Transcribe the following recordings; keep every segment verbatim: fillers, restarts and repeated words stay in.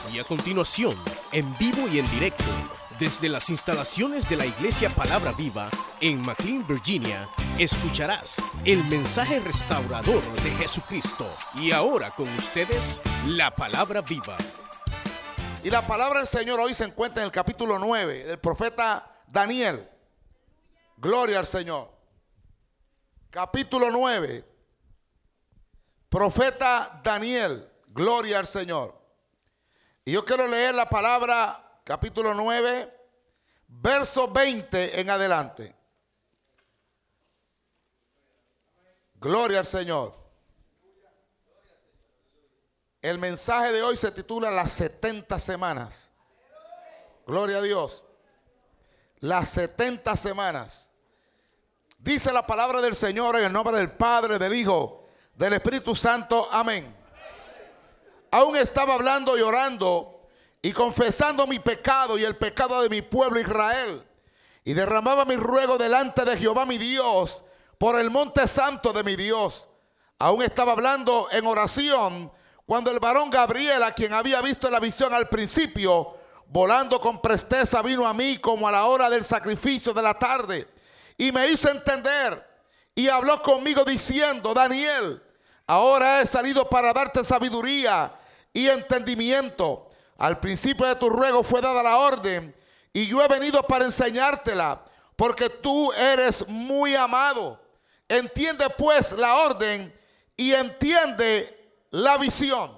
Y a continuación, en vivo y en directo, desde las instalaciones de la Iglesia Palabra Viva en McLean, Virginia, escucharás el mensaje restaurador de Jesucristo. Y ahora con ustedes, la Palabra Viva. Y la palabra del Señor hoy se encuentra en el capítulo nueve del profeta Daniel. Gloria al Señor. Capítulo nueve. Profeta Daniel. Gloria al Señor. Y yo quiero leer la palabra, capítulo nueve, verso veinte en adelante. Gloria al Señor. El mensaje de hoy se titula Las setenta semanas. Gloria a Dios. Las setenta semanas. Dice la palabra del Señor en el nombre del Padre, del Hijo, del Espíritu Santo. Amén. Aún estaba hablando y orando y confesando mi pecado y el pecado de mi pueblo Israel. Y derramaba mi ruego delante de Jehová mi Dios por el monte santo de mi Dios. Aún estaba hablando en oración cuando el varón Gabriel, a quien había visto la visión al principio, volando con presteza vino a mí como a la hora del sacrificio de la tarde. Y me hizo entender y habló conmigo diciendo: Daniel, ahora he salido para darte sabiduría y entendimiento. Al principio de tu ruego fue dada la orden y yo he venido para enseñártela, porque tú eres muy amado. Entiende pues la orden y entiende la visión.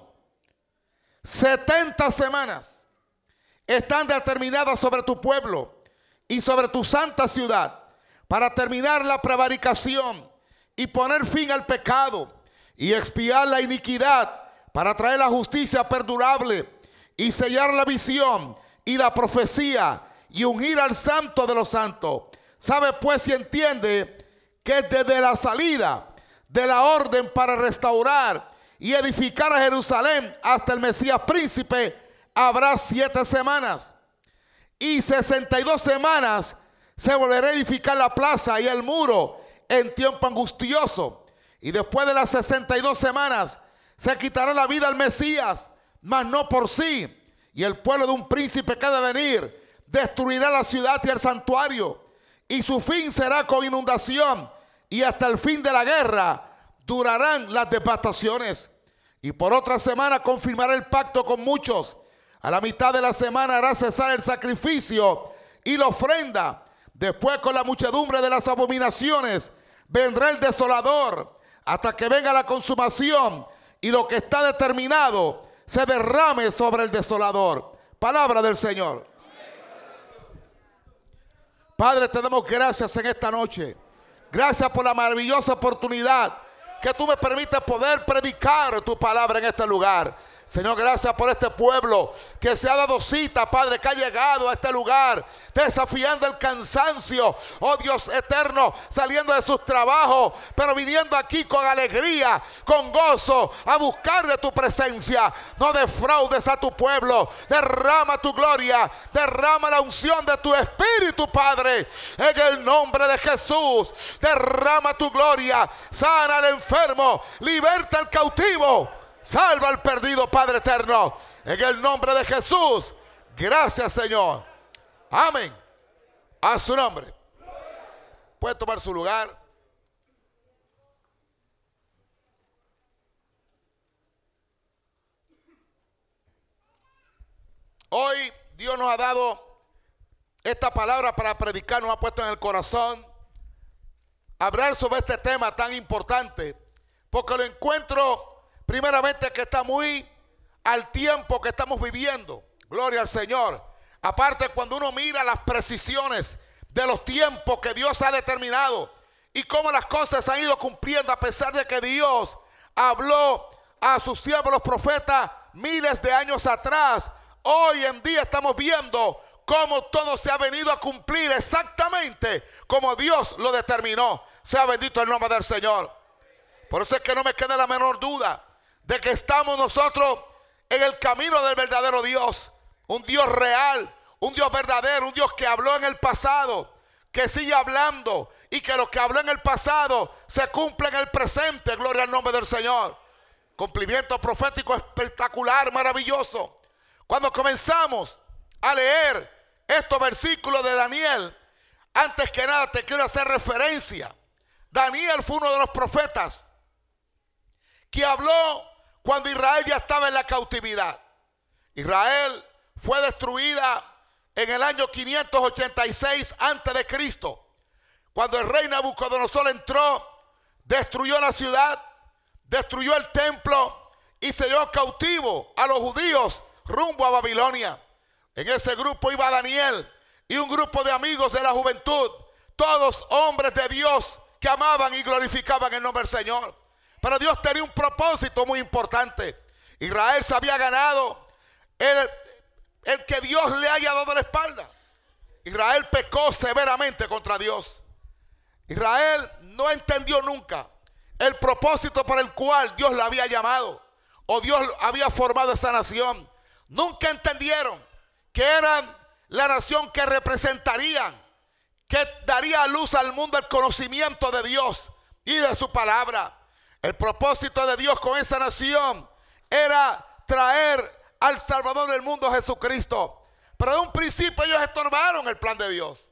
setenta semanas están determinadas sobre tu pueblo y sobre tu santa ciudad para terminar la prevaricación y poner fin al pecado y expiar la iniquidad, para traer la justicia perdurable y sellar la visión y la profecía y ungir al santo de los santos. Sabe pues y entiende que desde la salida de la orden para restaurar y edificar a Jerusalén hasta el Mesías príncipe habrá siete semanas. Y sesenta y dos semanas se volverá a edificar la plaza y el muro en tiempo angustioso. Y después de las sesenta y dos semanas se quitará la vida al Mesías, mas no por sí. Y el pueblo de un príncipe que ha de venir destruirá la ciudad y el santuario. Y su fin será con inundación. Y hasta el fin de la guerra durarán las devastaciones. Y por otra semana confirmará el pacto con muchos. A la mitad de la semana hará cesar el sacrificio y la ofrenda. Después, con la muchedumbre de las abominaciones, vendrá el desolador hasta que venga la consumación y lo que está determinado se derrame sobre el desolador. Palabra del Señor. Padre, te damos gracias en esta noche. Gracias por la maravillosa oportunidad que tú me permites poder predicar tu palabra en este lugar. Señor, gracias por este pueblo que se ha dado cita, Padre, que ha llegado a este lugar desafiando el cansancio, oh Dios eterno, saliendo de sus trabajos, pero viniendo aquí con alegría, con gozo, a buscar de tu presencia. No defraudes a tu pueblo, derrama tu gloria, derrama la unción de tu Espíritu, Padre, en el nombre de Jesús. Derrama tu gloria, sana al enfermo, liberta al cautivo, salva al perdido, Padre eterno, en el nombre de Jesús. Gracias, Señor. Amén. A su nombre. Puede tomar su lugar. Hoy Dios nos ha dado esta palabra para predicar, nos ha puesto en el corazón hablar sobre este tema tan importante, porque lo encuentro primeramente que está muy al tiempo que estamos viviendo. Gloria al Señor. Aparte, cuando uno mira las precisiones de los tiempos que Dios ha determinado y cómo las cosas han ido cumpliendo, a pesar de que Dios habló a sus siervos los profetas miles de años atrás, hoy en día estamos viendo cómo todo se ha venido a cumplir exactamente como Dios lo determinó. Sea bendito el nombre del Señor. Por eso es que no me queda la menor duda de que estamos nosotros en el camino del verdadero Dios. Un Dios real, un Dios verdadero, un Dios que habló en el pasado, que sigue hablando y que lo que habló en el pasado se cumple en el presente. Gloria al nombre del Señor. Cumplimiento profético espectacular, maravilloso. Cuando comenzamos a leer estos versículos de Daniel, antes que nada te quiero hacer referencia. Daniel fue uno de los profetas que habló cuando Israel ya estaba en la cautividad. Israel fue destruida en el año quinientos ochenta y seis antes de Cristo. Cuando el rey Nabucodonosor entró, destruyó la ciudad, destruyó el templo y se llevó cautivo a los judíos rumbo a Babilonia. En ese grupo iba Daniel y un grupo de amigos de la juventud, todos hombres de Dios que amaban y glorificaban el nombre del Señor. Pero Dios tenía un propósito muy importante. Israel se había ganado el, el que Dios le haya dado la espalda. Israel pecó severamente contra Dios. Israel no entendió nunca el propósito por el cual Dios la había llamado o Dios había formado esa nación. Nunca entendieron que eran la nación que representarían, que daría a luz al mundo el conocimiento de Dios y de su palabra. El propósito de Dios con esa nación era traer al Salvador del mundo, Jesucristo. Pero de un principio ellos estorbaron el plan de Dios.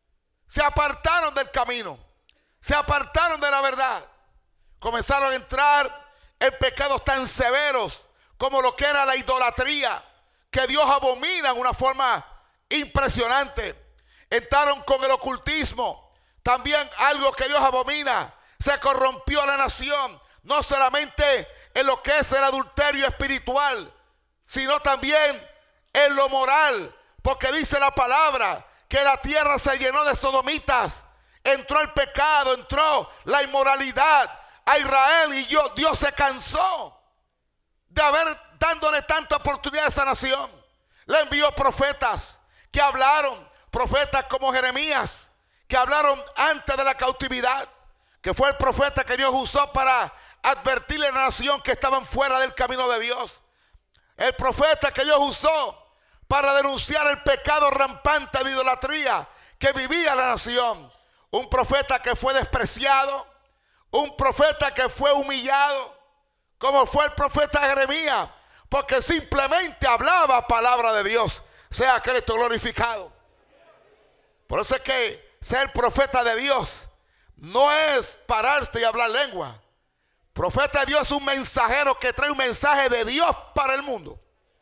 Se apartaron del camino. Se apartaron de la verdad. Comenzaron a entrar en pecados tan severos como lo que era la idolatría, que Dios abomina en una forma impresionante. Entraron con el ocultismo, también algo que Dios abomina. Se corrompió la nación, no solamente en lo que es el adulterio espiritual, sino también en lo moral, porque dice la palabra que la tierra se llenó de sodomitas. Entró el pecado, entró la inmoralidad a Israel y yo, Dios se cansó de haber dándole tanta oportunidad a esa nación. Le envió profetas que hablaron, profetas como Jeremías, que hablaron antes de la cautividad, que fue el profeta que Dios usó para advertirle a la nación que estaban fuera del camino de Dios. El profeta que Dios usó para denunciar el pecado rampante de idolatría que vivía la nación. Un profeta que fue despreciado, un profeta que fue humillado, como fue el profeta Jeremías, porque simplemente hablaba palabra de Dios. Sea Cristo glorificado. Por eso es que ser profeta de Dios no es pararse y hablar lengua. Profeta de Dios es un mensajero que trae un mensaje de Dios para el mundo.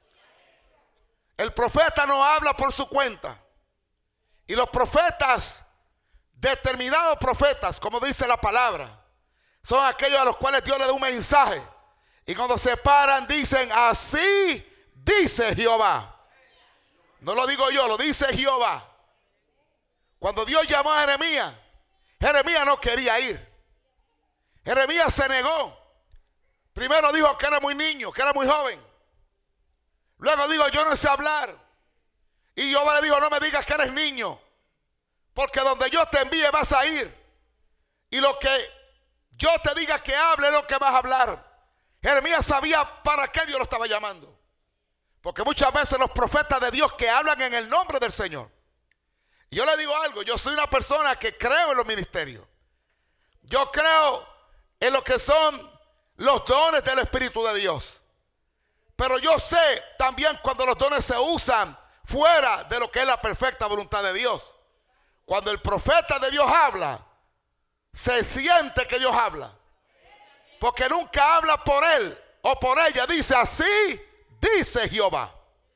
El profeta no habla por su cuenta. Y los profetas, determinados profetas, como dice la palabra, son aquellos a los cuales Dios le da un mensaje. Y cuando se paran dicen, así dice Jehová. No lo digo yo, lo dice Jehová. Cuando Dios llamó a Jeremías, Jeremías no quería ir. Jeremías se negó. Primero dijo que era muy niño, que era muy joven. Luego dijo, yo no sé hablar. Y Jehová le dijo, no me digas que eres niño, porque donde yo te envíe vas a ir. Y lo que yo te diga que hable es lo que vas a hablar. Jeremías sabía para qué Dios lo estaba llamando. Porque muchas veces los profetas de Dios que hablan en el nombre del Señor. Y yo le digo algo, yo soy una persona que creo en los ministerios. Yo creo en lo que son los dones del Espíritu de Dios. Pero yo sé también cuando los dones se usan fuera de lo que es la perfecta voluntad de Dios. Cuando el profeta de Dios habla, se siente que Dios habla. Porque nunca habla por él o por ella. Dice, así dice Jehová.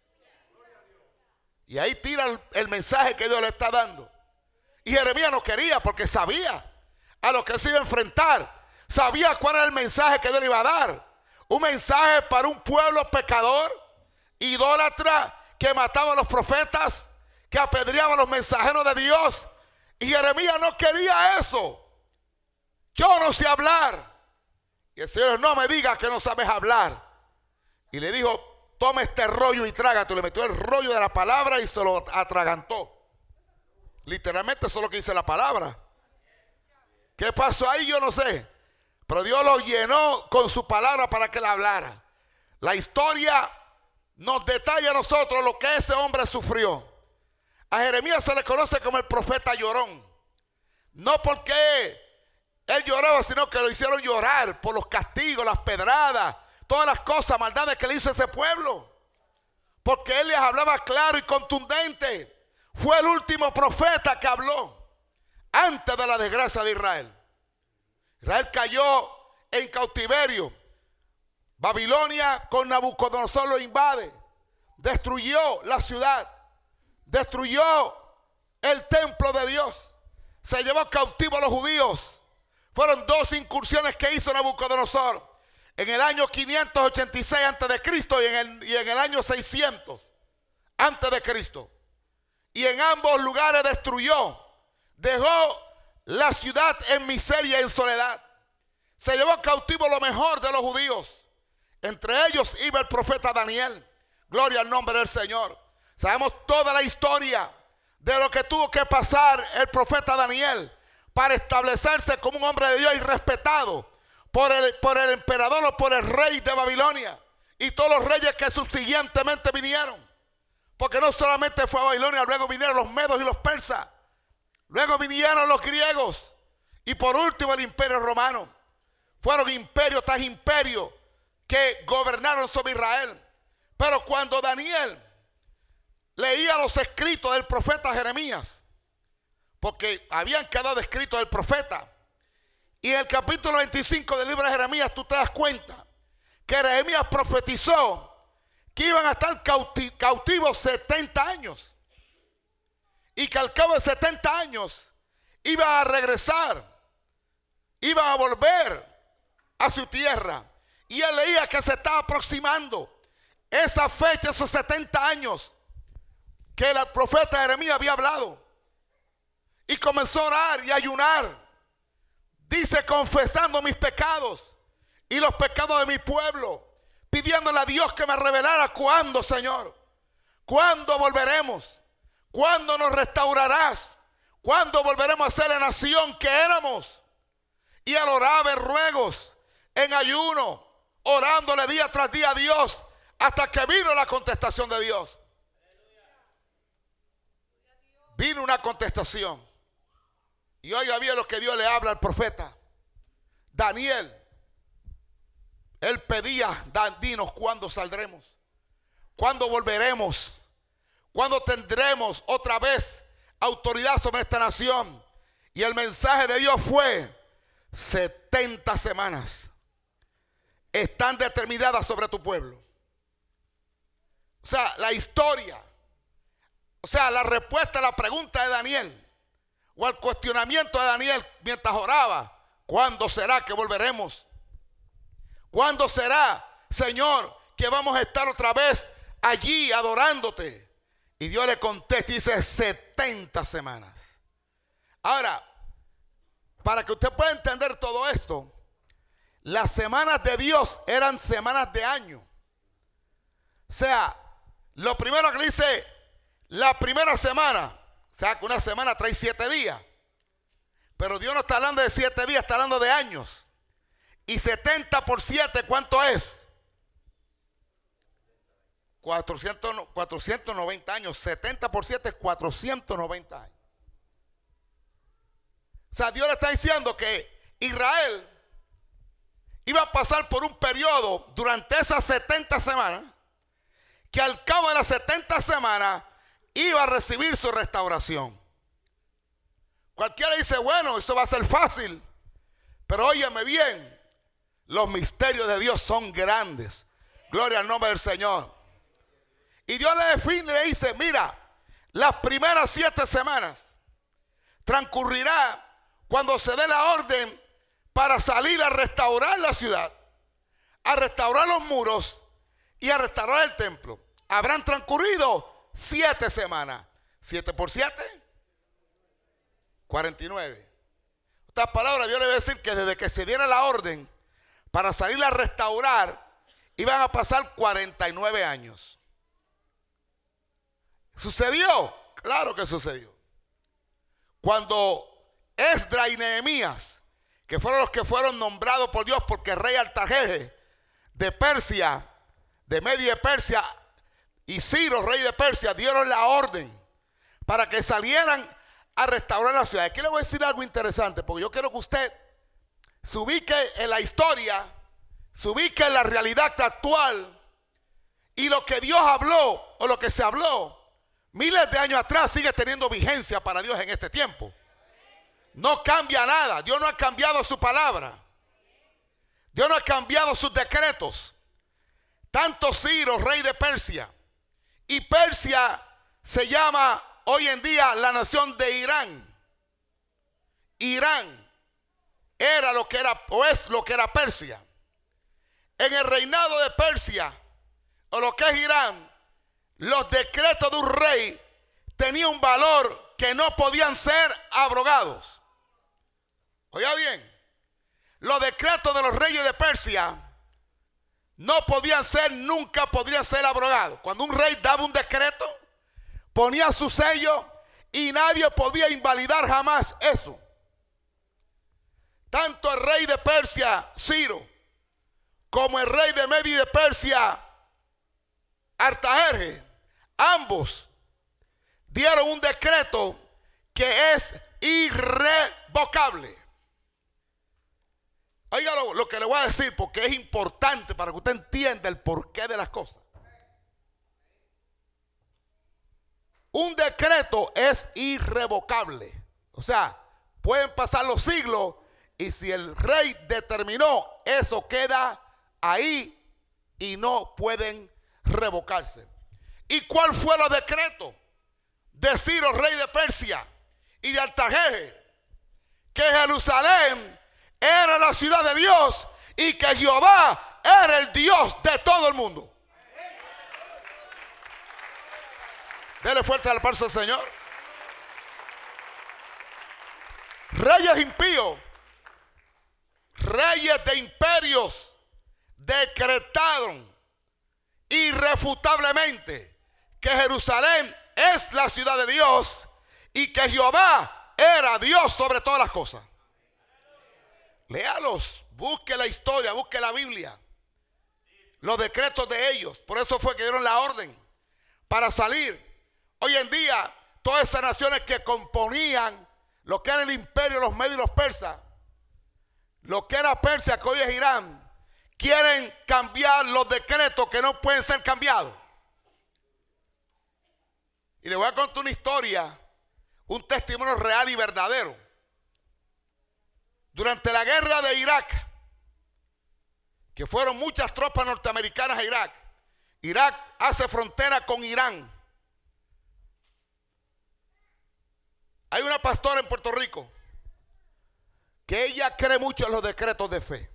Y ahí tira el, el mensaje que Dios le está dando. Y Jeremías no quería porque sabía a lo que se iba a enfrentar. Sabía cuál era el mensaje que Dios le iba a dar. Un mensaje para un pueblo pecador, idólatra, que mataba a los profetas, que apedreaba a los mensajeros de Dios. Y Jeremías no quería eso. Yo no sé hablar. Y el Señor, no me digas que no sabes hablar. Y le dijo, toma este rollo y trágate. Le metió el rollo de la palabra y se lo atragantó. Literalmente eso es lo que dice la palabra. ¿Qué pasó ahí? Yo no sé. Pero Dios lo llenó con su palabra para que la hablara. La historia nos detalla a nosotros lo que ese hombre sufrió. A Jeremías se le conoce como el profeta llorón. No porque él lloraba, sino que lo hicieron llorar por los castigos, las pedradas, todas las cosas, maldades que le hizo ese pueblo. porque él les hablaba claro y contundente. Fue el último profeta que habló antes de la desgracia de Israel. Israel cayó en cautiverio. Babilonia con Nabucodonosor lo invade. Destruyó la ciudad. Destruyó el templo de Dios. Se llevó cautivo a los judíos. Fueron dos incursiones que hizo Nabucodonosor. En el año quinientos ochenta y seis antes de Cristo y en el, y en el año seiscientos antes de Cristo. Y en ambos lugares destruyó. Dejó la ciudad en miseria y en soledad. Se llevó cautivo lo mejor de los judíos. Entre ellos iba el profeta Daniel. Gloria al nombre del Señor. Sabemos toda la historia de lo que tuvo que pasar el profeta Daniel para establecerse como un hombre de Dios y respetado por el, por el emperador o por el rey de Babilonia y todos los reyes que subsiguientemente vinieron. Porque no solamente fue a Babilonia, luego vinieron los medos y los persas. Luego vinieron los griegos. Y por último el imperio romano. Fueron imperio tras imperio que gobernaron sobre Israel. Pero cuando Daniel leía los escritos del profeta Jeremías, porque habían quedado escritos del profeta, y en el capítulo veinticinco del libro de Jeremías tú te das cuenta que Jeremías profetizó que iban a estar cauti cautivos setenta años y que al cabo de setenta años iban a regresar, iban a volver a su tierra. Y él leía que se estaba aproximando esa fecha, esos setenta años que el profeta Jeremías había hablado, y comenzó a orar y a ayunar. Dice, confesando mis pecados y los pecados de mi pueblo, pidiéndole a Dios que me revelara cuándo, Señor, cuándo volveremos, cuándo nos restaurarás, cuándo volveremos a ser la nación que éramos. Y él oraba en ruegos, en ayuno, orándole día tras día a Dios, hasta que vino la contestación de Dios. Vino una contestación. Y oiga bien lo que Dios le habla al profeta Daniel. Él pedía, dinos cuándo saldremos, cuándo volveremos, cuándo tendremos otra vez autoridad sobre esta nación. Y el mensaje de Dios fue: setenta semanas están determinadas sobre tu pueblo. O sea, la historia, o sea, la respuesta a la pregunta de Daniel o al cuestionamiento de Daniel mientras oraba: ¿cuándo será que volveremos? ¿Cuándo será, Señor, que vamos a estar otra vez allí adorándote? Y Dios le contesta y dice: setenta semanas. Ahora, para que usted pueda entender todo esto, las semanas de Dios eran semanas de año. O sea, lo primero que dice, la primera semana, o sea, que una semana trae siete días. Pero Dios no está hablando de siete días, está hablando de años. Y setenta por siete, ¿cuánto es? cuatrocientos, cuatrocientos noventa años. setenta por siete es cuatrocientos noventa años. O sea, Dios le está diciendo que Israel iba a pasar por un periodo durante esas setenta semanas, que al cabo de las setenta semanas iba a recibir su restauración. Cualquiera dice, bueno, eso va a ser fácil. Pero óyeme bien, los misterios de Dios son grandes. Gloria al nombre del Señor. Y Dios le define y le dice, mira, las primeras siete semanas transcurrirá cuando se dé la orden para salir a restaurar la ciudad, a restaurar los muros y a restaurar el templo. Habrán transcurrido siete semanas. Siete por siete, cuarenta y nueve. En otras palabras, Dios le va a decir que desde que se diera la orden para salir a restaurar, iban a pasar cuarenta y nueve años. ¿Sucedió? Claro que sucedió. Cuando Esdras y Nehemías, que fueron los que fueron nombrados por Dios, porque el rey Artajerjes de Persia, de Media de Persia, y Ciro, rey de Persia, dieron la orden para que salieran a restaurar la ciudad. Aquí le voy a decir algo interesante, porque yo quiero que usted se ubique en la historia, se ubique en la realidad actual y lo que Dios habló o lo que se habló miles de años atrás sigue teniendo vigencia para Dios en este tiempo. No cambia nada. Dios no ha cambiado su palabra. Dios no ha cambiado sus decretos. Tanto Ciro, rey de Persia, y Persia se llama hoy en día la nación de Irán. Irán era lo que era, o es lo que era Persia. En el reinado de Persia, o lo que es Irán, los decretos de un rey tenían un valor que no podían ser abrogados. Oiga bien, los decretos de los reyes de Persia no podían ser, nunca podrían ser abrogados. Cuando un rey daba un decreto, ponía su sello y nadie podía invalidar jamás eso. Tanto el rey de Persia, Ciro, como el rey de Media y de Persia, Artajerjes, ambos dieron un decreto que es irrevocable. Oiga lo, lo que le voy a decir, porque es importante para que usted entienda el porqué de las cosas. Un decreto es irrevocable. O sea, pueden pasar los siglos y si el rey determinó, eso queda ahí y no pueden revocarse. ¿Y cuál fue el decreto de Ciro, rey de Persia, y de Artajerjes? Que Jerusalén era la ciudad de Dios y que Jehová era el Dios de todo el mundo. Dele fuerte al aplauso al Señor. Reyes impíos, reyes de imperios, decretaron irrefutablemente que Jerusalén es la ciudad de Dios y que Jehová era Dios sobre todas las cosas. Léalos, busque la historia, busque la Biblia, los decretos de ellos. Por eso fue que dieron la orden para salir. Hoy en día, todas esas naciones que componían lo que era el imperio, los medios y los persas, lo que era Persia, que hoy es Irán, quieren cambiar los decretos que no pueden ser cambiados. Y les voy a contar una historia, un testimonio real y verdadero. Durante la guerra de Irak, que fueron muchas tropas norteamericanas a Irak, Irak hace frontera con Irán. Hay una pastora en Puerto Rico que ella cree mucho en los decretos de fe.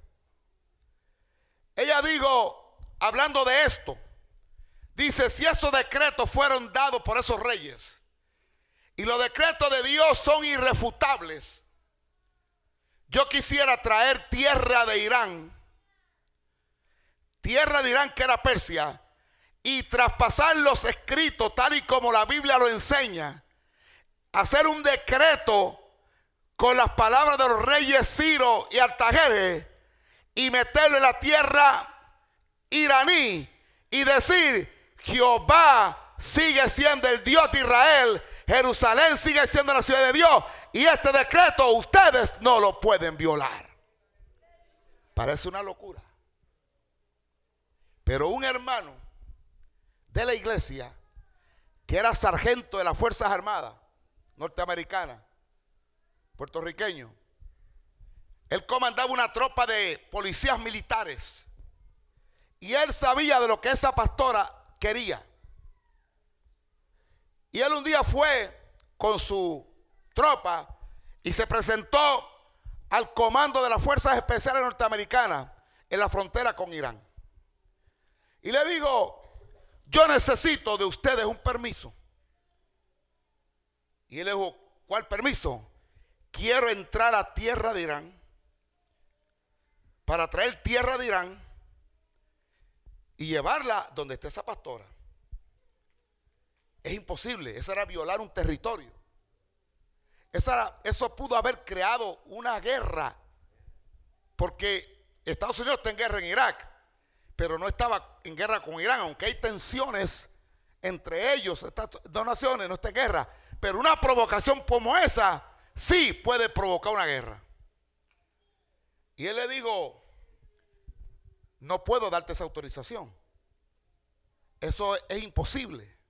Ella dijo, hablando de esto, dice, si esos decretos fueron dados por esos reyes y los decretos de Dios son irrefutables, yo quisiera traer tierra de Irán, tierra de Irán que era Persia, y traspasar los escritos tal y como la Biblia lo enseña, hacer un decreto con las palabras de los reyes Ciro y Artajerjes y meterlo en la tierra iraní y decir, Jehová sigue siendo el Dios de Israel, Jerusalén sigue siendo la ciudad de Dios y este decreto ustedes no lo pueden violar. Parece una locura, pero un hermano de la iglesia que era sargento de las Fuerzas Armadas norteamericanas, puertorriqueño, él comandaba una tropa de policías militares y él sabía de lo que esa pastora quería. Y él un día fue con su tropa y se presentó al comando de las Fuerzas Especiales Norteamericanas en la frontera con Irán. Y le dijo, yo necesito de ustedes un permiso. Y él le dijo, ¿cuál permiso? Quiero entrar a tierra de Irán para traer tierra de Irán y llevarla donde esté esa pastora. Es imposible, eso era violar un territorio. Eso, era, eso pudo haber creado una guerra, porque Estados Unidos está en guerra en Irak, pero no estaba en guerra con Irán, aunque hay tensiones entre ellos, estas dos naciones, no está en guerra. Pero una provocación como esa sí puede provocar una guerra. Y él le dijo, no puedo darte esa autorización. Eso es imposible.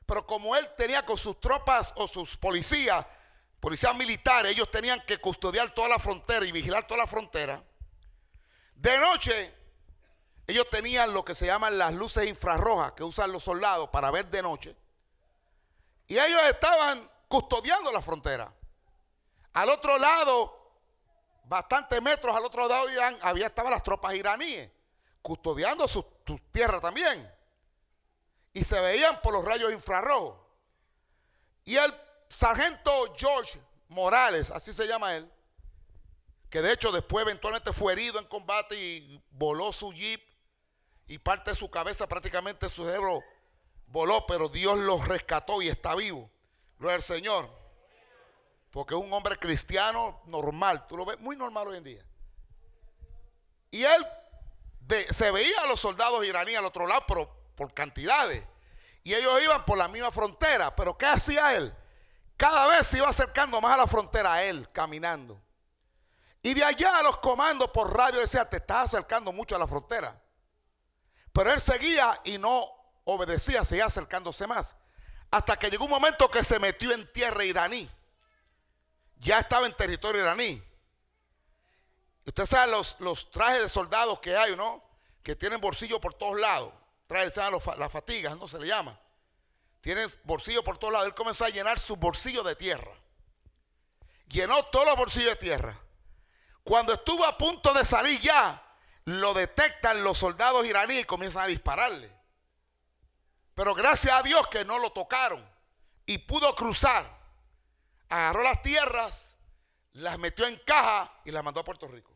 Pero como él tenía con sus tropas o sus policías, policías militares, ellos tenían que custodiar toda la frontera y vigilar toda la frontera. De noche, ellos tenían lo que se llaman las luces infrarrojas que usan los soldados para ver de noche. Y ellos estaban custodiando la frontera. Al otro lado, bastantes metros al otro lado de Irán, había estaban las tropas iraníes, custodiando sus su tierras también. Y se veían por los rayos infrarrojos. Y el sargento George Morales, así se llama él, que de hecho después eventualmente fue herido en combate y voló su jeep y parte de su cabeza, prácticamente su cerebro voló, pero Dios lo rescató y está vivo. Gloria al Señor. Porque es un hombre cristiano normal, tú lo ves muy normal hoy en día. Y él de, se veía a los soldados iraníes al otro lado, pero por cantidades. Y ellos iban por la misma frontera. Pero ¿qué hacía él? Cada vez se iba acercando más a la frontera a él, caminando. Y de allá los comandos por radio decían, te estás acercando mucho a la frontera. Pero él seguía y no obedecía, seguía acercándose más. Hasta que llegó un momento que se metió en tierra iraní. Ya estaba en territorio iraní. Usted sabe los, los trajes de soldados que hay, ¿no? Que tienen bolsillos por todos lados. Trajes, se llaman las fatigas, no se le llama. Tienen bolsillos por todos lados. Él comenzó a llenar sus bolsillos de tierra. Llenó todos los bolsillos de tierra. Cuando estuvo a punto de salir ya, lo detectan los soldados iraníes y comienzan a dispararle. Pero gracias a Dios que no lo tocaron y pudo cruzar. Agarró las tierras, las metió en caja y las mandó a Puerto Rico.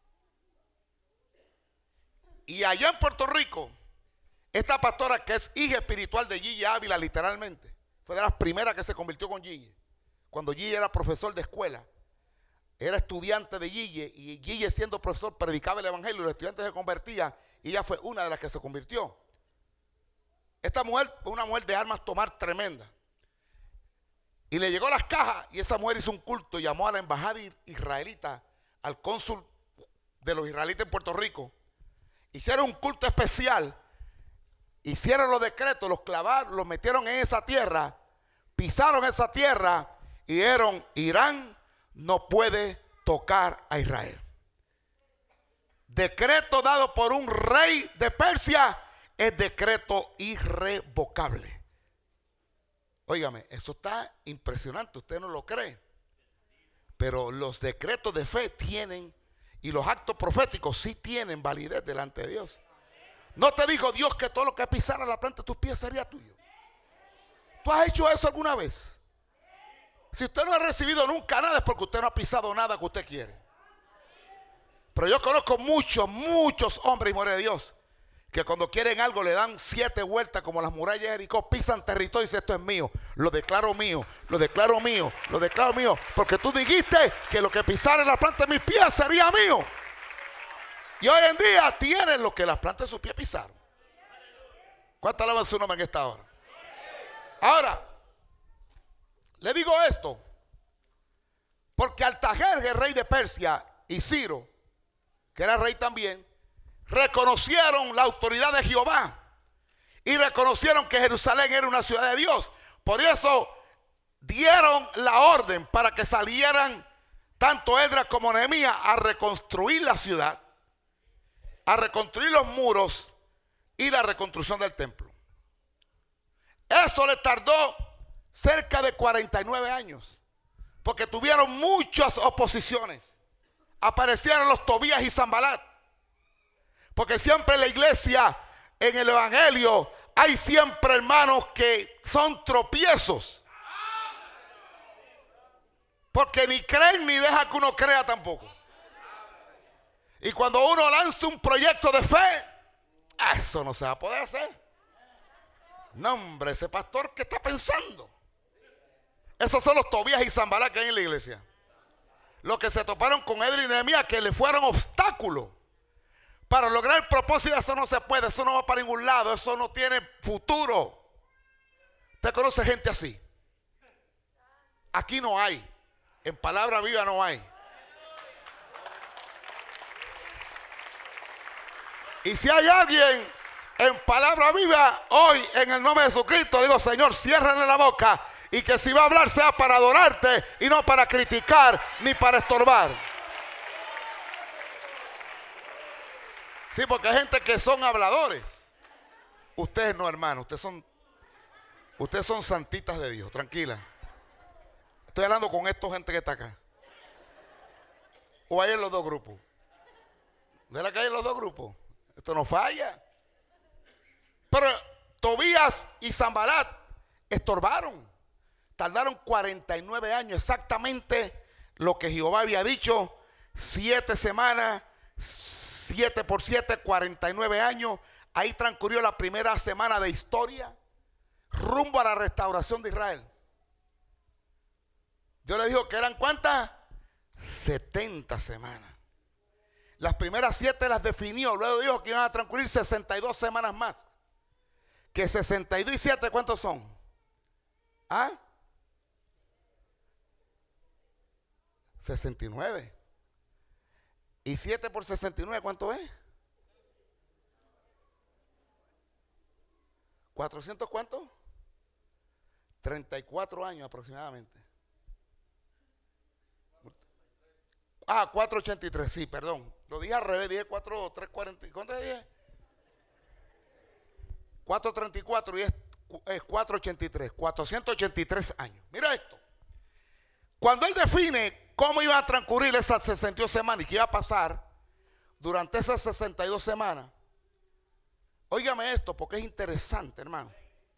Y allá en Puerto Rico, esta pastora, que es hija espiritual de Gigi Ávila, literalmente, fue de las primeras que se convirtió con Gigi. Cuando Gigi era profesor de escuela, era estudiante de Gigi, y Gigi, siendo profesor, predicaba el evangelio y los estudiantes se convertían, y ella fue una de las que se convirtió. Esta mujer fue una mujer de armas tomar tremenda. Y le llegó las cajas y esa mujer hizo un culto, llamó a la embajada israelita, al cónsul de los israelitas en Puerto Rico. Hicieron un culto especial, hicieron los decretos, los clavaron, los metieron en esa tierra, pisaron esa tierra y dijeron, Irán no puede tocar a Israel. Decreto dado por un rey de Persia es decreto irrevocable. Óigame, eso está impresionante, usted no lo cree. Pero los decretos de fe tienen, y los actos proféticos sí tienen validez delante de Dios. No te dijo Dios que todo lo que pisara la planta de tus pies sería tuyo. ¿Tú has hecho eso alguna vez? Si usted no ha recibido nunca nada es porque usted no ha pisado nada que usted quiere. Pero yo conozco muchos, muchos hombres y mujeres de Dios que cuando quieren algo le dan siete vueltas como las murallas de Jericó, pisan territorio y dicen, esto es mío, lo declaro mío, lo declaro mío, lo declaro mío, porque tú dijiste que lo que pisara en la planta de mis pies sería mío. Y hoy en día tienen lo que las plantas de sus pies pisaron. ¿Cuánto alaban su nombre en esta hora? Ahora, le digo esto, porque Artajerjes, rey de Persia, y Ciro, que era rey también, reconocieron la autoridad de Jehová y reconocieron que Jerusalén era una ciudad de Dios. Por eso dieron la orden para que salieran tanto Esdras como Nehemías a reconstruir la ciudad, a reconstruir los muros y la reconstrucción del templo. Eso le tardó cerca de cuarenta y nueve años, porque tuvieron muchas oposiciones. Aparecieron los Tobías y Sanbalat. Porque siempre en la iglesia, en el evangelio, hay siempre hermanos que son tropiezos. Porque ni creen ni deja que uno crea tampoco. Y cuando uno lanza un proyecto de fe, eso no se va a poder hacer. No, hombre, ese pastor, ¿qué está pensando? Esos son los Tobías y Sanbalat que hay en la iglesia. Los que se toparon con Esdras y Nehemías, que le fueron obstáculos. Para lograr el propósito, eso no se puede, eso no va para ningún lado, eso no tiene futuro. ¿Usted conoce gente así? Aquí no hay, en Palabra Viva no hay. Y si hay alguien En palabra viva, hoy en el nombre de Jesucristo, digo, Señor, ciérrale la boca y que si va a hablar sea para adorarte y no para criticar ni para estorbar. Sí, porque hay gente que son habladores. Ustedes no, hermano, ustedes son, ustedes son santitas de Dios, tranquila. Estoy hablando con esta gente que está acá. O hay en los dos grupos. ¿De la que hay en los dos grupos? Esto no falla. Pero Tobías y Sanbalat estorbaron. Tardaron cuarenta y nueve años, exactamente lo que Jehová había dicho. Siete semanas, siete por siete, cuarenta y nueve años. Ahí transcurrió la primera semana de historia rumbo a la restauración de Israel. Dios le dijo que eran ¿cuántas? setenta semanas. Las primeras siete las definió. Luego dijo que iban a transcurrir sesenta y dos semanas más. Que sesenta y dos y siete, ¿cuántos son? ¿Ah? sesenta y nueve. ¿Y siete por sesenta y nueve cuánto es? ¿cuatrocientos cuánto? treinta y cuatro años aproximadamente. Ah, cuatrocientos ochenta y tres, sí, perdón. Lo dije al revés, dije cuatro, tres, cuarenta. ¿Cuánto dije? cuatrocientos treinta y cuatro y es, es cuatrocientos ochenta y tres. cuatrocientos ochenta y tres años. Mira esto. Cuando él define cómo iba a transcurrir esas sesenta y dos semanas y qué iba a pasar durante esas sesenta y dos semanas, óigame esto porque es interesante, hermano.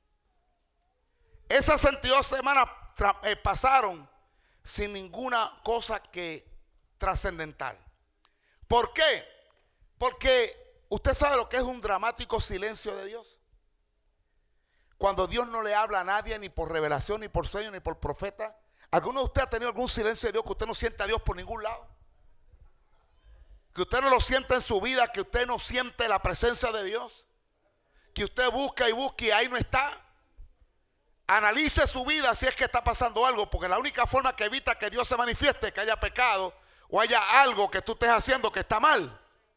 Esas sesenta y dos semanas eh, pasaron sin ninguna cosa que trascendental. ¿Por qué? Porque usted sabe lo que es un dramático silencio de Dios. Cuando Dios no le habla a nadie, ni por revelación, ni por sueño, ni por profeta. ¿Alguno de ustedes ha tenido algún silencio de Dios que usted no siente a Dios por ningún lado? Que usted no lo siente en su vida, que usted no siente la presencia de Dios. Que usted busca y busca y ahí no está. Analice su vida si es que está pasando algo, porque la única forma que evita que Dios se manifieste es que haya pecado o haya algo que tú estés haciendo que está mal.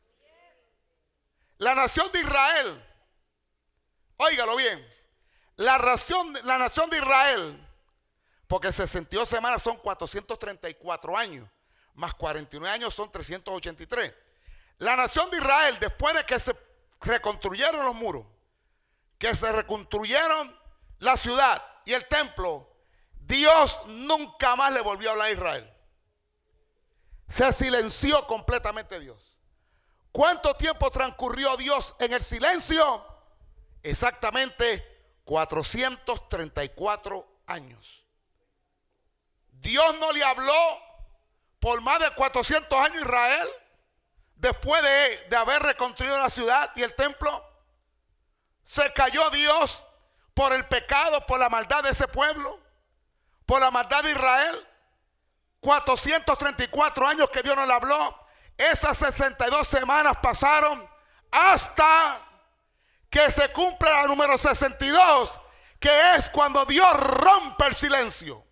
La nación de Israel, óigalo bien, la nación, la nación de Israel, porque sesenta y dos semanas son cuatrocientos treinta y cuatro años, más cuarenta y nueve años son trescientos ochenta y tres. La nación de Israel, después de que se reconstruyeron los muros, que se reconstruyeron la ciudad y el templo, Dios nunca más le volvió a hablar a Israel. Se silenció completamente Dios. ¿Cuánto tiempo transcurrió Dios en el silencio? Exactamente cuatrocientos treinta y cuatro años. Dios no le habló por más de cuatrocientos años a Israel después de, de haber reconstruido la ciudad y el templo. Se cayó Dios por el pecado, por la maldad de ese pueblo, por la maldad de Israel. cuatrocientos treinta y cuatro años que Dios no le habló. Esas sesenta y dos semanas pasaron hasta que se cumple la número sesenta y dos, que es cuando Dios rompe el silencio.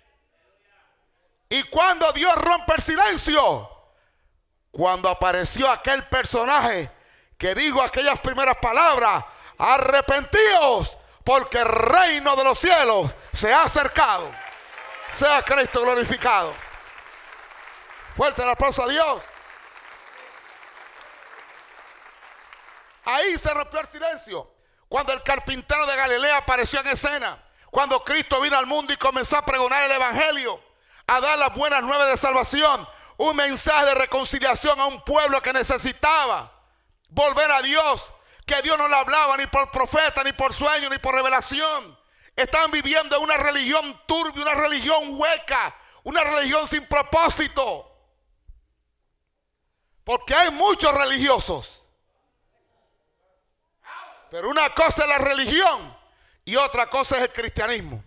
¿Y cuando Dios rompe el silencio? Cuando apareció aquel personaje que dijo aquellas primeras palabras: arrepentíos, porque el reino de los cielos se ha acercado. Sea Cristo glorificado. Fuerte el aplauso a Dios. Ahí se rompió el silencio. Cuando el carpintero de Galilea apareció en escena. Cuando Cristo vino al mundo y comenzó a pregonar el evangelio, a dar las buenas nuevas de salvación, un mensaje de reconciliación a un pueblo que necesitaba volver a Dios, que Dios no le hablaba ni por profeta, ni por sueño, ni por revelación. Están viviendo una religión turbia, una religión hueca, una religión sin propósito. Porque hay muchos religiosos. Pero una cosa es la religión y otra cosa es el cristianismo.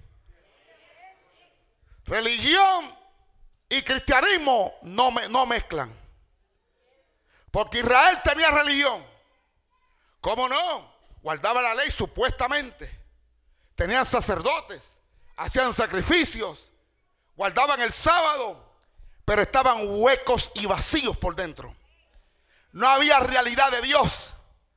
Religión y cristianismo no, me, no mezclan. Porque Israel tenía religión. ¿Cómo no? Guardaba la ley supuestamente. Tenían sacerdotes, hacían sacrificios, guardaban el sábado, pero estaban huecos y vacíos por dentro. No había realidad de Dios.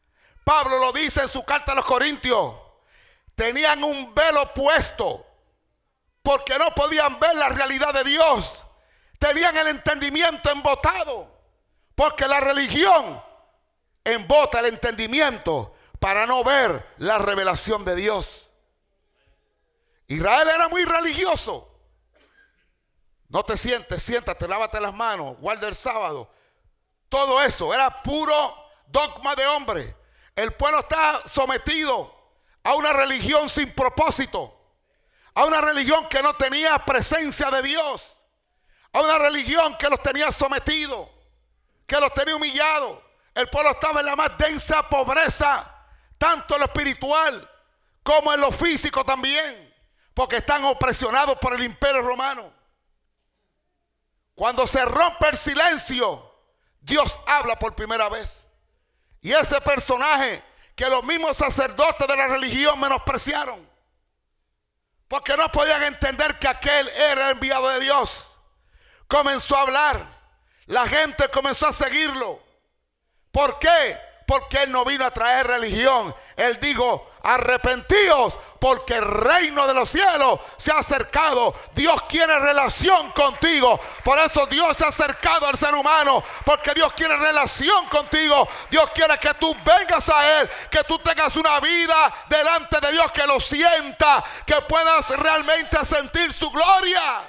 Pablo lo dice en su carta a los Corintios. Tenían un velo puesto porque no podían ver la realidad de Dios. Tenían el entendimiento embotado porque la religión embota el entendimiento para no ver la revelación de Dios. Israel era muy religioso. No te sientes, siéntate, lávate las manos, guarda el sábado. Todo eso era puro dogma de hombre. El pueblo está sometido a una religión sin propósito, a una religión que no tenía presencia de Dios, a una religión que los tenía sometidos, que los tenía humillados. El pueblo estaba en la más densa pobreza, tanto en lo espiritual como en lo físico también, porque están opresionados por el imperio romano. Cuando se rompe el silencio, Dios habla por primera vez. Y ese personaje que los mismos sacerdotes de la religión menospreciaron, porque no podían entender que aquel era el enviado de Dios, comenzó a hablar. La gente comenzó a seguirlo. ¿Por qué? Porque él no vino a traer religión. Él dijo: arrepentíos, porque el reino de los cielos se ha acercado. Dios quiere relación contigo. Por eso Dios se ha acercado al ser humano, porque Dios quiere relación contigo. Dios quiere que tú vengas a Él, que tú tengas una vida delante de Dios, que lo sienta, que puedas realmente sentir su gloria.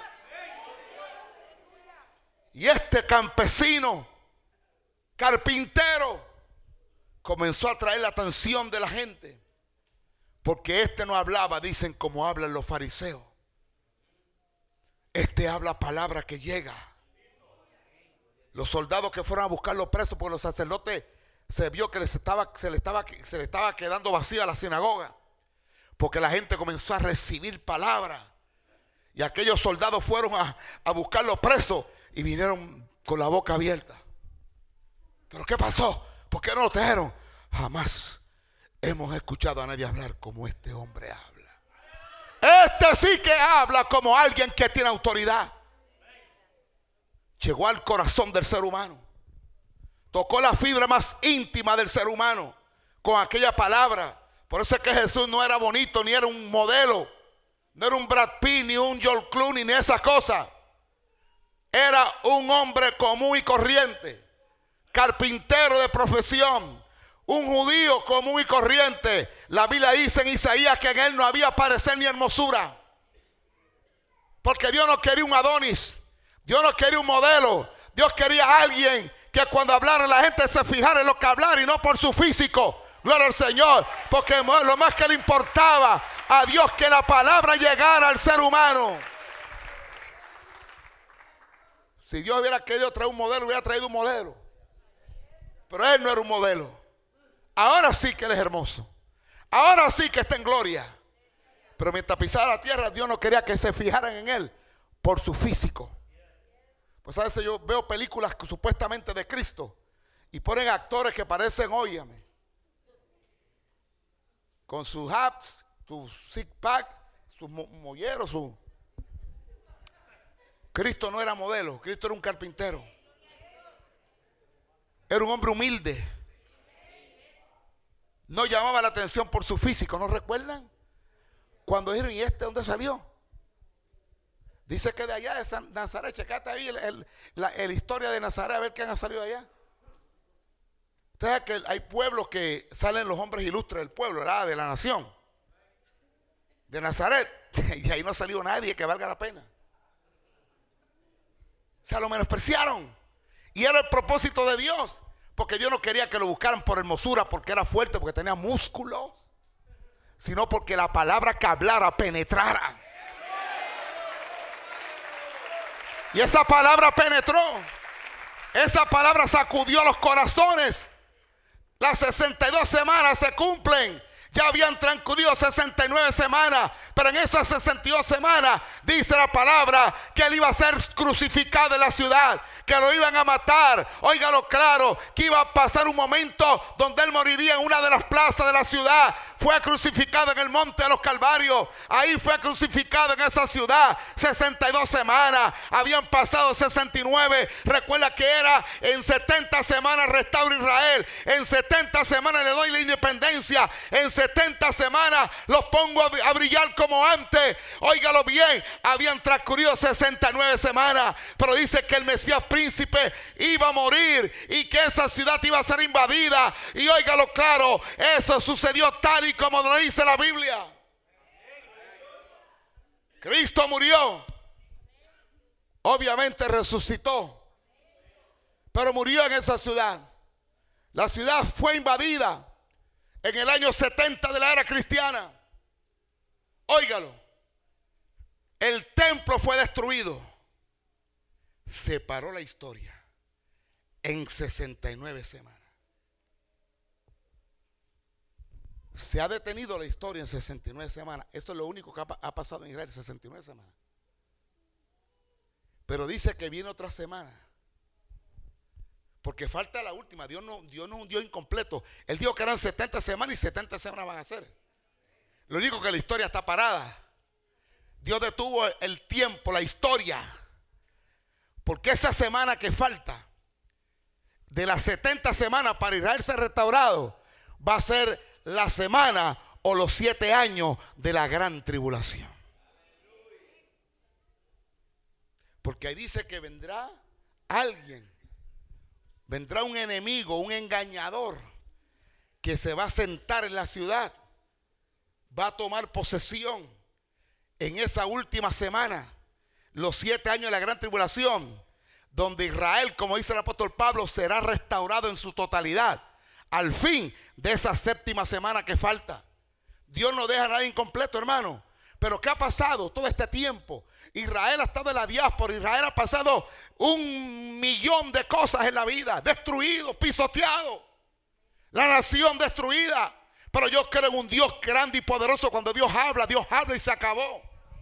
Y este campesino, carpintero, comenzó a atraer la atención de la gente, porque este no hablaba, dicen, como hablan los fariseos. Este habla palabra que llega. Los soldados que fueron a buscarlo preso, porque los sacerdotes se vio que les estaba, se, le estaba, se le estaba quedando vacía la sinagoga, porque la gente comenzó a recibir palabra. Y aquellos soldados fueron a, a buscarlo preso y vinieron con la boca abierta. ¿Pero qué pasó? ¿Por qué no lo trajeron? Jamás hemos escuchado a nadie hablar como este hombre habla. Este sí que habla como alguien que tiene autoridad. Llegó al corazón del ser humano. Tocó la fibra más íntima del ser humano con aquella palabra. Por eso es que Jesús no era bonito, ni era un modelo, no era un Brad Pitt, ni un George Clooney, ni esas cosas. Era un hombre común y corriente, carpintero de profesión, un judío común y corriente. La Biblia dice en Isaías que en él no había parecer ni hermosura, porque Dios no quería un Adonis, Dios no quería un modelo. Dios quería a alguien que cuando hablara la gente se fijara en lo que hablara y no por su físico. Gloria al Señor, porque lo más que le importaba a Dios que la palabra llegara al ser humano. Si Dios hubiera querido traer un modelo, hubiera traído un modelo. Pero él no era un modelo. Ahora sí que él es hermoso. Ahora sí que está en gloria. Pero mientras pisaba la tierra, Dios no quería que se fijaran en él por su físico. Pues a veces yo veo películas que, supuestamente de Cristo, y ponen actores que parecen, óyame, con sus abs, su six pack, sus mo molleros, su... Cristo no era modelo, Cristo era un carpintero. Era un hombre humilde. No llamaba la atención por su físico. ¿No recuerdan? Cuando dijeron, ¿y este dónde salió? Dice que de allá de San Nazaret. Checate ahí el, el, la el historia de Nazaret, a ver quién ha salido de allá. Ustedes saben que hay pueblos que salen los hombres ilustres del pueblo, ¿verdad? De la nación. De Nazaret. Y ahí no ha salido nadie que valga la pena. O sea, lo menospreciaron. Y era el propósito de Dios. Porque Dios no quería que lo buscaran por hermosura, porque era fuerte, porque tenía músculos, sino porque la palabra que hablara penetrara. Y esa palabra penetró. Esa palabra sacudió los corazones. Las sesenta y dos semanas se cumplen. Ya habían transcurrido sesenta y nueve semanas. Pero en esas sesenta y dos semanas dice la palabra que él iba a ser crucificado en la ciudad, que lo iban a matar. Óigalo claro, que iba a pasar un momento donde él moriría en una de las plazas de la ciudad. Fue crucificado en el monte de los Calvarios. Ahí fue crucificado en esa ciudad. sesenta y dos semanas. Habían pasado sesenta y nueve. Recuerda que era en setenta semanas restauro Israel. En setenta semanas le doy la independencia. En setenta semanas los pongo a brillar como antes. Óigalo bien. Habían transcurrido sesenta y nueve semanas. Pero dice que el Mesías príncipe iba a morir y que esa ciudad iba a ser invadida. Y óigalo claro, eso sucedió tal y como lo dice la Biblia. Cristo murió. Obviamente resucitó, pero murió en esa ciudad. La ciudad fue invadida en el año setenta de la era cristiana. Óigalo. El templo fue destruido. Se paró la historia en sesenta y nueve semanas. Se ha detenido la historia en sesenta y nueve semanas. Eso es lo único que ha, ha pasado en Israel, sesenta y nueve semanas. Pero dice que viene otra semana, porque falta la última. Dios no, Dios no es un Dios incompleto. Él dijo que eran setenta semanas y setenta semanas van a ser. Lo único que la historia está parada. Dios detuvo el tiempo, la historia, porque esa semana que falta de las setenta semanas para Israel ser restaurado va a ser la semana o los siete años de la gran tribulación. Porque ahí dice que vendrá alguien, vendrá un enemigo, un engañador, que se va a sentar en la ciudad, va a tomar posesión en esa última semana, los siete años de la gran tribulación, donde Israel, como dice el apóstol Pablo, será restaurado en su totalidad. Al fin de esa séptima semana que falta. Dios no deja a nadie incompleto, hermano. Pero ¿qué ha pasado todo este tiempo? Israel ha estado en la diáspora. Israel ha pasado un millón de cosas en la vida. Destruido, pisoteado. La nación destruida. Pero yo creo en un Dios grande y poderoso. Cuando Dios habla, Dios habla y se acabó.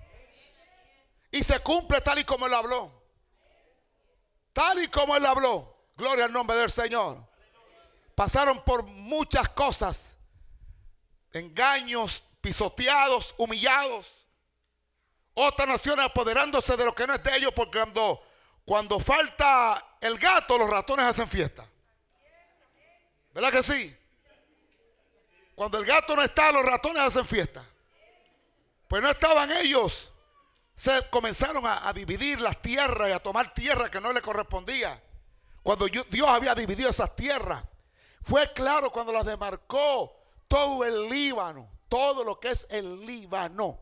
Y se cumple tal y como Él habló. Tal y como Él habló. Gloria al nombre del Señor. Pasaron por muchas cosas, engaños, pisoteados, humillados. Otras naciones apoderándose de lo que no es de ellos, porque cuando, cuando falta el gato, los ratones hacen fiesta. ¿Verdad que sí? Cuando el gato no está, los ratones hacen fiesta. Pues no estaban ellos. Se comenzaron a, a dividir las tierras y a tomar tierra que no le correspondía. Cuando yo, Dios había dividido esas tierras. Fue claro cuando las demarcó todo el Líbano, todo lo que es el Líbano.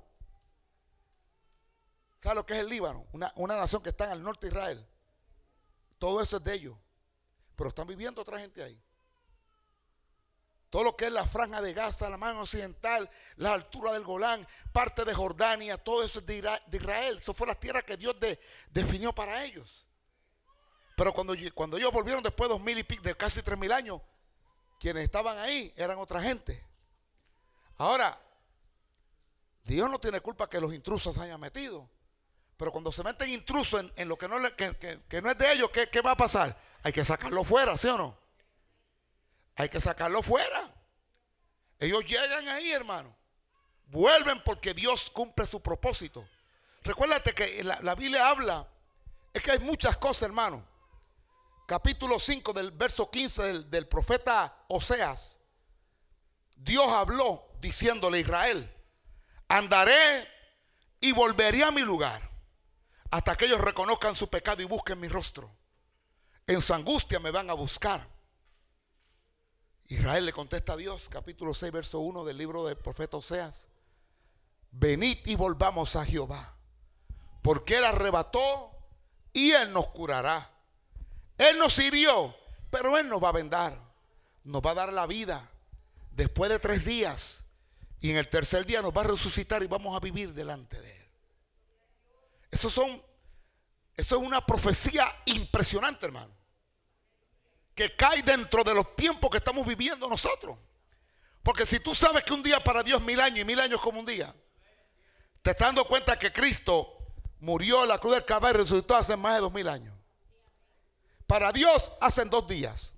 ¿Sabe lo que es el Líbano? Una, una nación que está en el norte de Israel. Todo eso es de ellos. Pero están viviendo otra gente ahí. Todo lo que es la franja de Gaza, la mano occidental, la altura del Golán, parte de Jordania, todo eso es de Israel. Eso fue la tierra que Dios de, definió para ellos. Pero cuando, cuando ellos volvieron después de dos mil y pico, de casi tres mil años, quienes estaban ahí eran otra gente. Ahora, Dios no tiene culpa que los intrusos se hayan metido. Pero cuando se meten intrusos en, en lo que no, le, que, que, que no es de ellos, ¿qué, ¿qué va a pasar? Hay que sacarlo fuera, ¿sí o no? Hay que sacarlo fuera. Ellos llegan ahí, hermano. Vuelven porque Dios cumple su propósito. Recuérdate que la, la Biblia habla. Es que hay muchas cosas, hermano. Capítulo cinco del verso quince del, del profeta Oseas. Dios habló diciéndole a Israel: andaré y volveré a mi lugar hasta que ellos reconozcan su pecado y busquen mi rostro. En su angustia me van a buscar. Israel le contesta a Dios, capítulo seis, verso uno del libro del profeta Oseas: venid y volvamos a Jehová, porque Él arrebató y Él nos curará. Él nos hirió, pero Él nos va a vendar. Nos va a dar la vida después de tres días. Y en el tercer día nos va a resucitar y vamos a vivir delante de Él. Eso son, eso es una profecía impresionante, hermano, que cae dentro de los tiempos que estamos viviendo nosotros. Porque si tú sabes que un día para Dios es mil años y mil años como un día, Te estás dando cuenta que Cristo murió en la cruz del Calvario y resucitó hace más de dos mil años. Para Dios hacen dos días.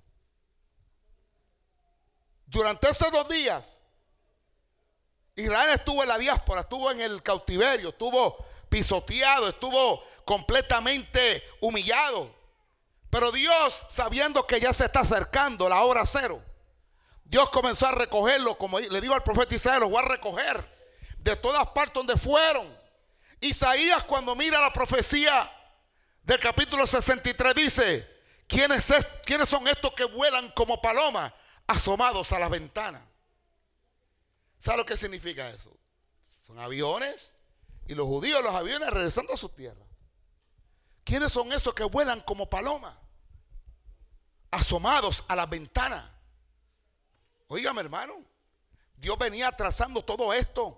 Durante esos dos días, Israel estuvo en la diáspora, estuvo en el cautiverio, estuvo pisoteado, estuvo completamente humillado. Pero Dios, sabiendo que ya se está acercando la hora cero, Dios comenzó a recogerlo, como le digo al profeta Isaías, los voy a recoger de todas partes donde fueron. Isaías, cuando mira la profecía del capítulo sesenta y tres, dice: ¿quiénes, es, ¿quiénes son estos que vuelan como palomas asomados a las ventanas? ¿Sabe lo que significa eso? Son aviones, y los judíos, los aviones regresando a sus tierras. ¿Quiénes son esos que vuelan como palomas asomados a las ventanas? Óigame, hermano, Dios venía trazando todo esto.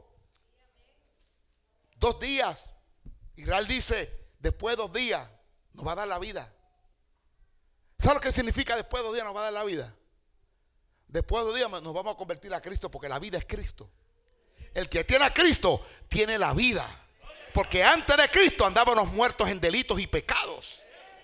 Dos días. Israel dice: después de dos días nos va a dar la vida. ¿Sabe lo que significa después de dos días nos va a dar la vida? Después de dos días nos vamos a convertir a Cristo, porque la vida es Cristo. El que tiene a Cristo tiene la vida, porque antes de Cristo andábamos muertos en delitos y pecados,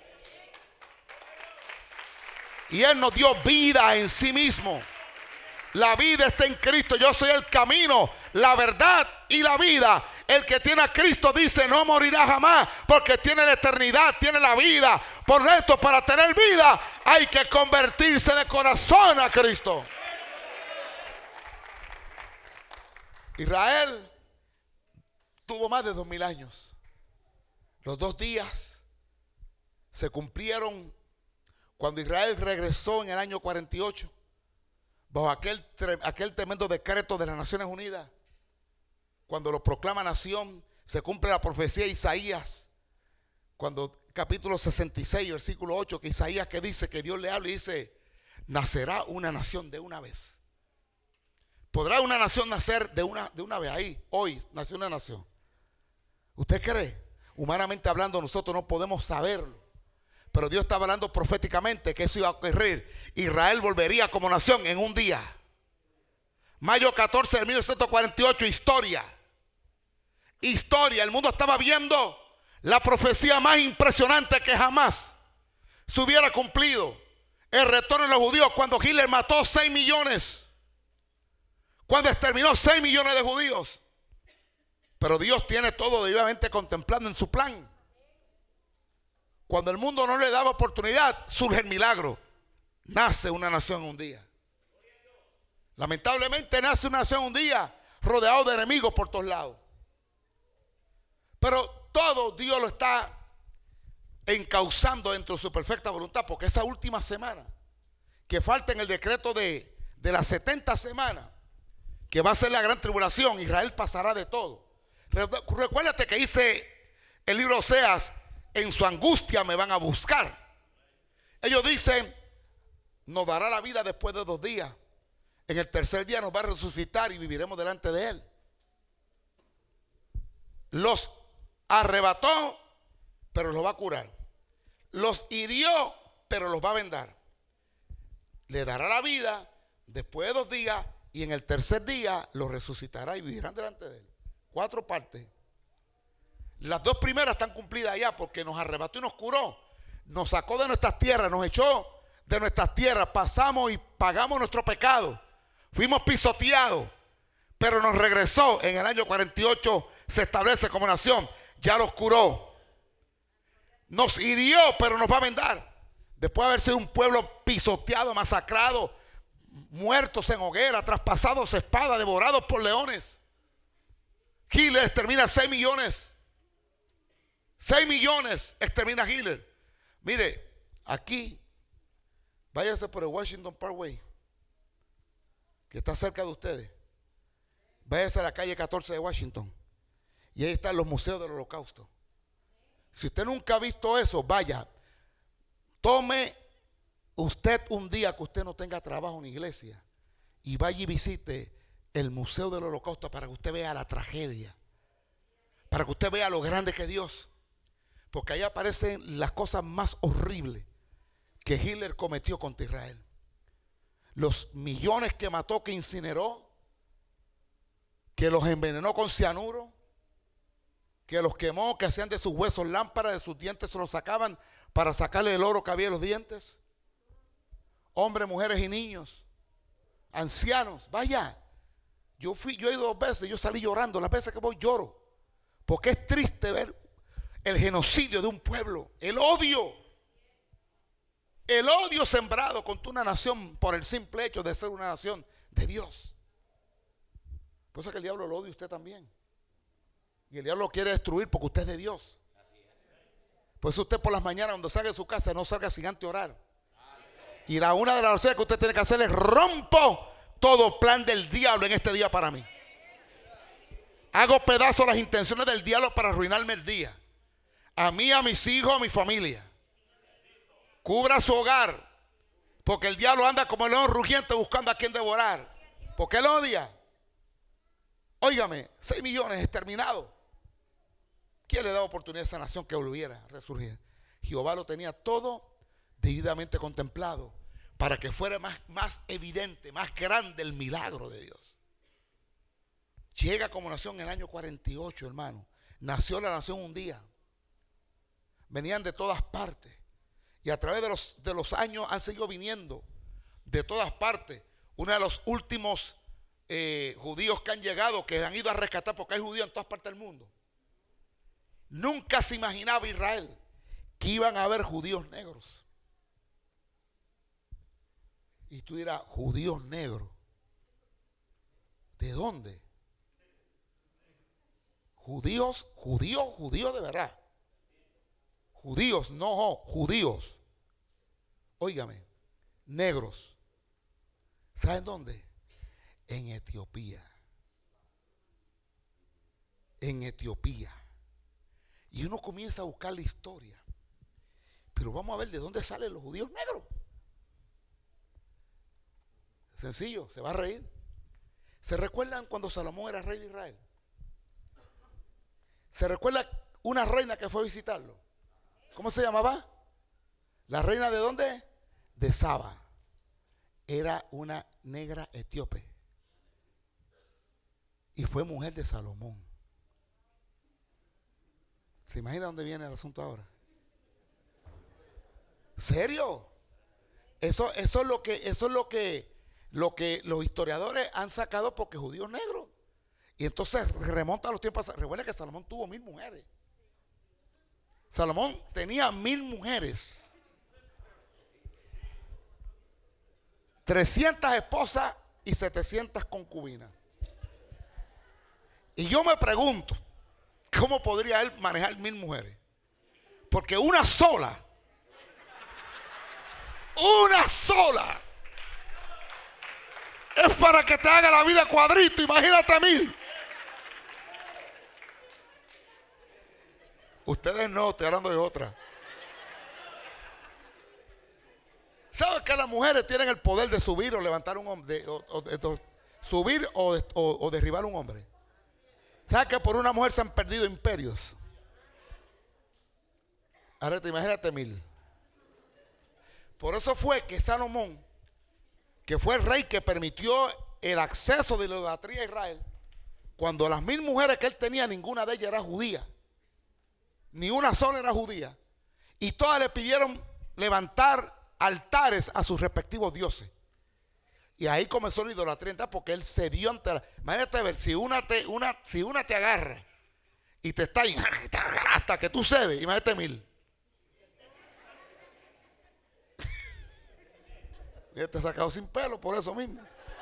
y Él nos dio vida en sí mismo. La vida está en Cristo. Yo soy el camino, la verdad y la vida. El que tiene a Cristo dice: no morirá jamás, porque tiene la eternidad, tiene la vida. Por esto, para tener vida hay que convertirse de corazón a Cristo. Israel tuvo más de dos mil años. Los dos días se cumplieron cuando Israel regresó en el año cuarenta y ocho, bajo aquel, aquel tremendo decreto de las Naciones Unidas. Cuando lo proclama nación, se cumple la profecía de Isaías, cuando capítulo sesenta y seis, versículo ocho, que Isaías, que dice que Dios le habla y dice: nacerá una nación de una vez. ¿Podrá una nación nacer de una, de una vez? Ahí, hoy nació una nación. ¿Usted cree? Humanamente hablando, nosotros no podemos saberlo, pero Dios está hablando proféticamente que eso iba a ocurrir. Israel volvería como nación en un día. Mayo catorce de mil novecientos cuarenta y ocho, historia. Historia. El mundo estaba viendo la profecía más impresionante que jamás se hubiera cumplido. El retorno de los judíos, cuando Hitler mató seis millones. Cuando exterminó seis millones de judíos. Pero Dios tiene todo debidamente contemplando en su plan. Cuando el mundo no le daba oportunidad, surge el milagro. Nace una nación un día. Lamentablemente nace una nación un día rodeado de enemigos por todos lados. Pero todo Dios lo está encauzando dentro de su perfecta voluntad, porque esa última semana que falta en el decreto de, de las setenta semanas, que va a ser la gran tribulación, Israel pasará de todo. Recuérdate que dice el libro Oseas: en su angustia me van a buscar. Ellos dicen: nos dará la vida después de dos días. En el tercer día nos va a resucitar y viviremos delante de Él. Los arrebató, pero los va a curar. Los hirió, pero los va a vendar. Le dará la vida después de dos días, y en el tercer día los resucitará y vivirán delante de Él. Cuatro partes. Las dos primeras están cumplidas ya, porque nos arrebató y nos curó. Nos sacó de nuestras tierras, nos echó de nuestras tierras. Pasamos y pagamos nuestro pecado. Fuimos pisoteados, pero nos regresó. En el año cuarenta y ocho se establece como nación. Ya los curó. Nos hirió, pero nos va a vendar. Después de haber sido un pueblo pisoteado, masacrado, muertos en hoguera, traspasados a espada, devorados por leones. Hitler extermina seis millones. seis millones extermina Hitler. Mire, aquí, váyase por el Washington Parkway, que está cerca de ustedes. Váyase a la calle catorce de Washington, y ahí están los museos del Holocausto. Si usted nunca ha visto eso, vaya. Tome usted un día que usted no tenga trabajo en iglesia y vaya y visite el Museo del Holocausto, para que usted vea la tragedia, para que usted vea lo grande que es Dios. Porque ahí aparecen las cosas más horribles que Hitler cometió contra Israel. Los millones que mató, que incineró, que los envenenó con cianuro, que los quemó, que hacían de sus huesos lámparas, de sus dientes se los sacaban para sacarle el oro que había en los dientes. Hombres, mujeres y niños, ancianos, vaya. Yo fui, yo he ido dos veces, yo salí llorando. Las veces que voy lloro, porque es triste ver el genocidio de un pueblo, el odio, el odio sembrado contra una nación por el simple hecho de ser una nación de Dios. Por eso es que el diablo lo odia a usted también. Y el diablo lo quiere destruir porque usted es de Dios. Por eso usted por las mañanas cuando salga de su casa no salga sin antes orar. Y la una de las oraciones que usted tiene que hacer es: rompo todo plan del diablo en este día para mí. Hago pedazos las intenciones del diablo para arruinarme el día. A mí, a mis hijos, a mi familia. Cubra su hogar. Porque el diablo anda como el león rugiente buscando a quien devorar. Porque él odia. Óigame, seis millones exterminados. ¿Quién le da oportunidad a esa nación que volviera a resurgir? Jehová lo tenía todo debidamente contemplado para que fuera más, más evidente, más grande el milagro de Dios. Llega como nación en el año cuarenta y ocho, hermano. Nació la nación un día. Venían de todas partes. Y a través de los, de los años han seguido viniendo de todas partes. Uno de los últimos eh, judíos que han llegado, que han ido a rescatar, porque hay judíos en todas partes del mundo. Nunca se imaginaba Israel que iban a haber judíos negros. Y tú dirás, judíos negros. ¿De dónde? Judíos, judíos, judíos de verdad. Judíos, no judíos. Óigame, negros. ¿Saben dónde? En Etiopía. En Etiopía. Y uno comienza a buscar la historia. Pero vamos a ver de dónde salen los judíos negros. Sencillo, se va a reír. ¿Se recuerdan cuando Salomón era rey de Israel? ¿Se recuerda una reina que fue a visitarlo? ¿Cómo se llamaba? ¿La reina de dónde? De Saba. Era una negra etíope. Y fue mujer de Salomón. ¿Se imagina dónde viene el asunto ahora? ¿Serio? Eso, eso es lo que, eso es lo que, lo que los historiadores han sacado porque judíos negros. Y entonces remonta a los tiempos. Recuerda que Salomón tuvo mil mujeres. Salomón tenía mil mujeres, trescientas esposas y setecientas concubinas. Y yo me pregunto, ¿cómo podría él manejar mil mujeres? Porque una sola, una sola, es para que te haga la vida cuadrito. Imagínate mil. Ustedes no, estoy hablando de otra. ¿Sabes que las mujeres tienen el poder de subir o levantar un hombre? O, o, o, subir o, o, o derribar un hombre. ¿Sabes que por una mujer se han perdido imperios? Ahora te imagínate mil. Por eso fue que Salomón, que fue el rey que permitió el acceso de la idolatría a Israel, cuando las mil mujeres que él tenía, ninguna de ellas era judía. Ni una sola era judía. Y todas le pidieron levantar altares a sus respectivos dioses. Y ahí comenzó la idolatría, porque él cedió ante la... Imagínate a ver, si una te, una, si una te agarra y te está ahí hasta que tú cedes, imagínate mil. Y te ha sacado sin pelo por eso mismo.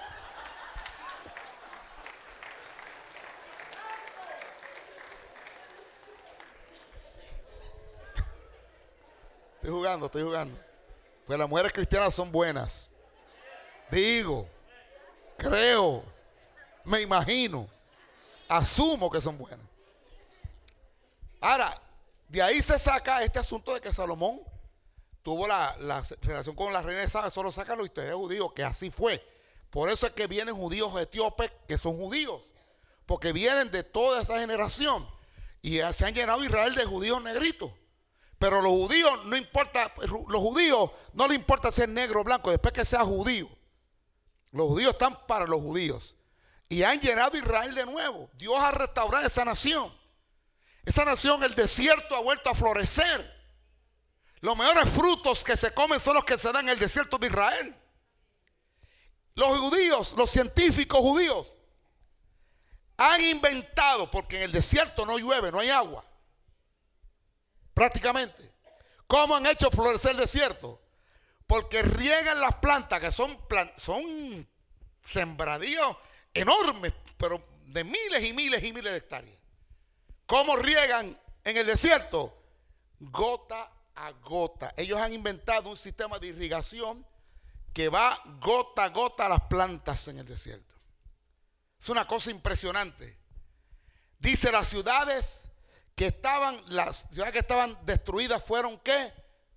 Estoy jugando, estoy jugando. Pues las mujeres cristianas son buenas. Digo, creo, me imagino, asumo que son buenas. Ahora, de ahí se saca este asunto de que Salomón tuvo la, la relación con la reina de Saba. Eso lo sacan los historiadores judíos, que así fue. Por eso es que vienen judíos etíopes que son judíos, porque vienen de toda esa generación y se han llenado Israel de judíos negritos. Pero los judíos, no importa, los judíos no les importa ser negro o blanco, después que sea judío. Los judíos están para los judíos. Y han llenado Israel de nuevo. Dios ha restaurado esa nación. Esa nación, el desierto ha vuelto a florecer. Los mejores frutos que se comen son los que se dan en el desierto de Israel. Los judíos, los científicos judíos, han inventado, porque en el desierto no llueve, no hay agua, prácticamente. ¿Cómo han hecho florecer el desierto? Porque riegan las plantas, que son, plan, son sembradíos enormes, pero de miles y miles y miles de hectáreas. ¿Cómo riegan en el desierto? Gota a gota. Ellos han inventado un sistema de irrigación que va gota a gota a las plantas en el desierto. Es una cosa impresionante. Dice, las ciudades que estaban, las ciudades que estaban destruidas fueron ¿qué?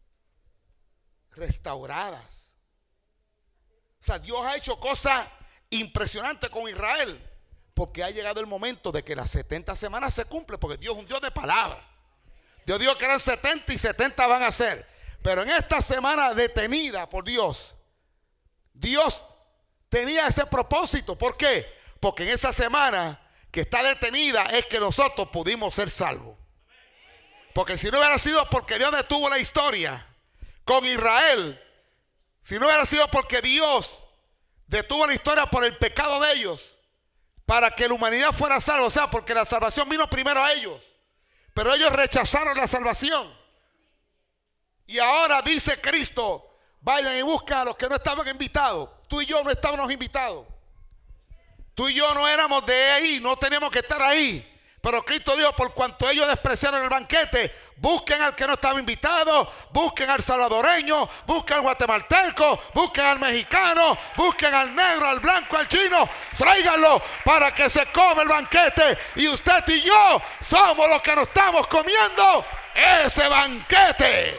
Restauradas. O sea, Dios ha hecho cosas impresionantes con Israel, porque ha llegado el momento de que las setenta semanas se cumplen, porque Dios es un Dios de palabra. Dios dijo que eran setenta y setenta van a ser. Pero en esta semana detenida por Dios, Dios tenía ese propósito. ¿Por qué? Porque en esa semana que está detenida es que nosotros pudimos ser salvos. Porque si no hubiera sido porque Dios detuvo la historia con Israel, si no hubiera sido porque Dios detuvo la historia por el pecado de ellos, para que la humanidad fuera salva, o sea, porque la salvación vino primero a ellos, pero ellos rechazaron la salvación. Y ahora dice Cristo, vayan y busquen a los que no estaban invitados. Tú y yo no estábamos invitados. Tú y yo no éramos de ahí, no teníamos que estar ahí. Pero Cristo dijo, por cuanto ellos despreciaron el banquete, busquen al que no estaba invitado, busquen al salvadoreño, busquen al guatemalteco, busquen al mexicano, busquen al negro, al blanco, al chino, tráiganlo para que se coma el banquete. Y usted y yo somos los que nos estamos comiendo ese banquete.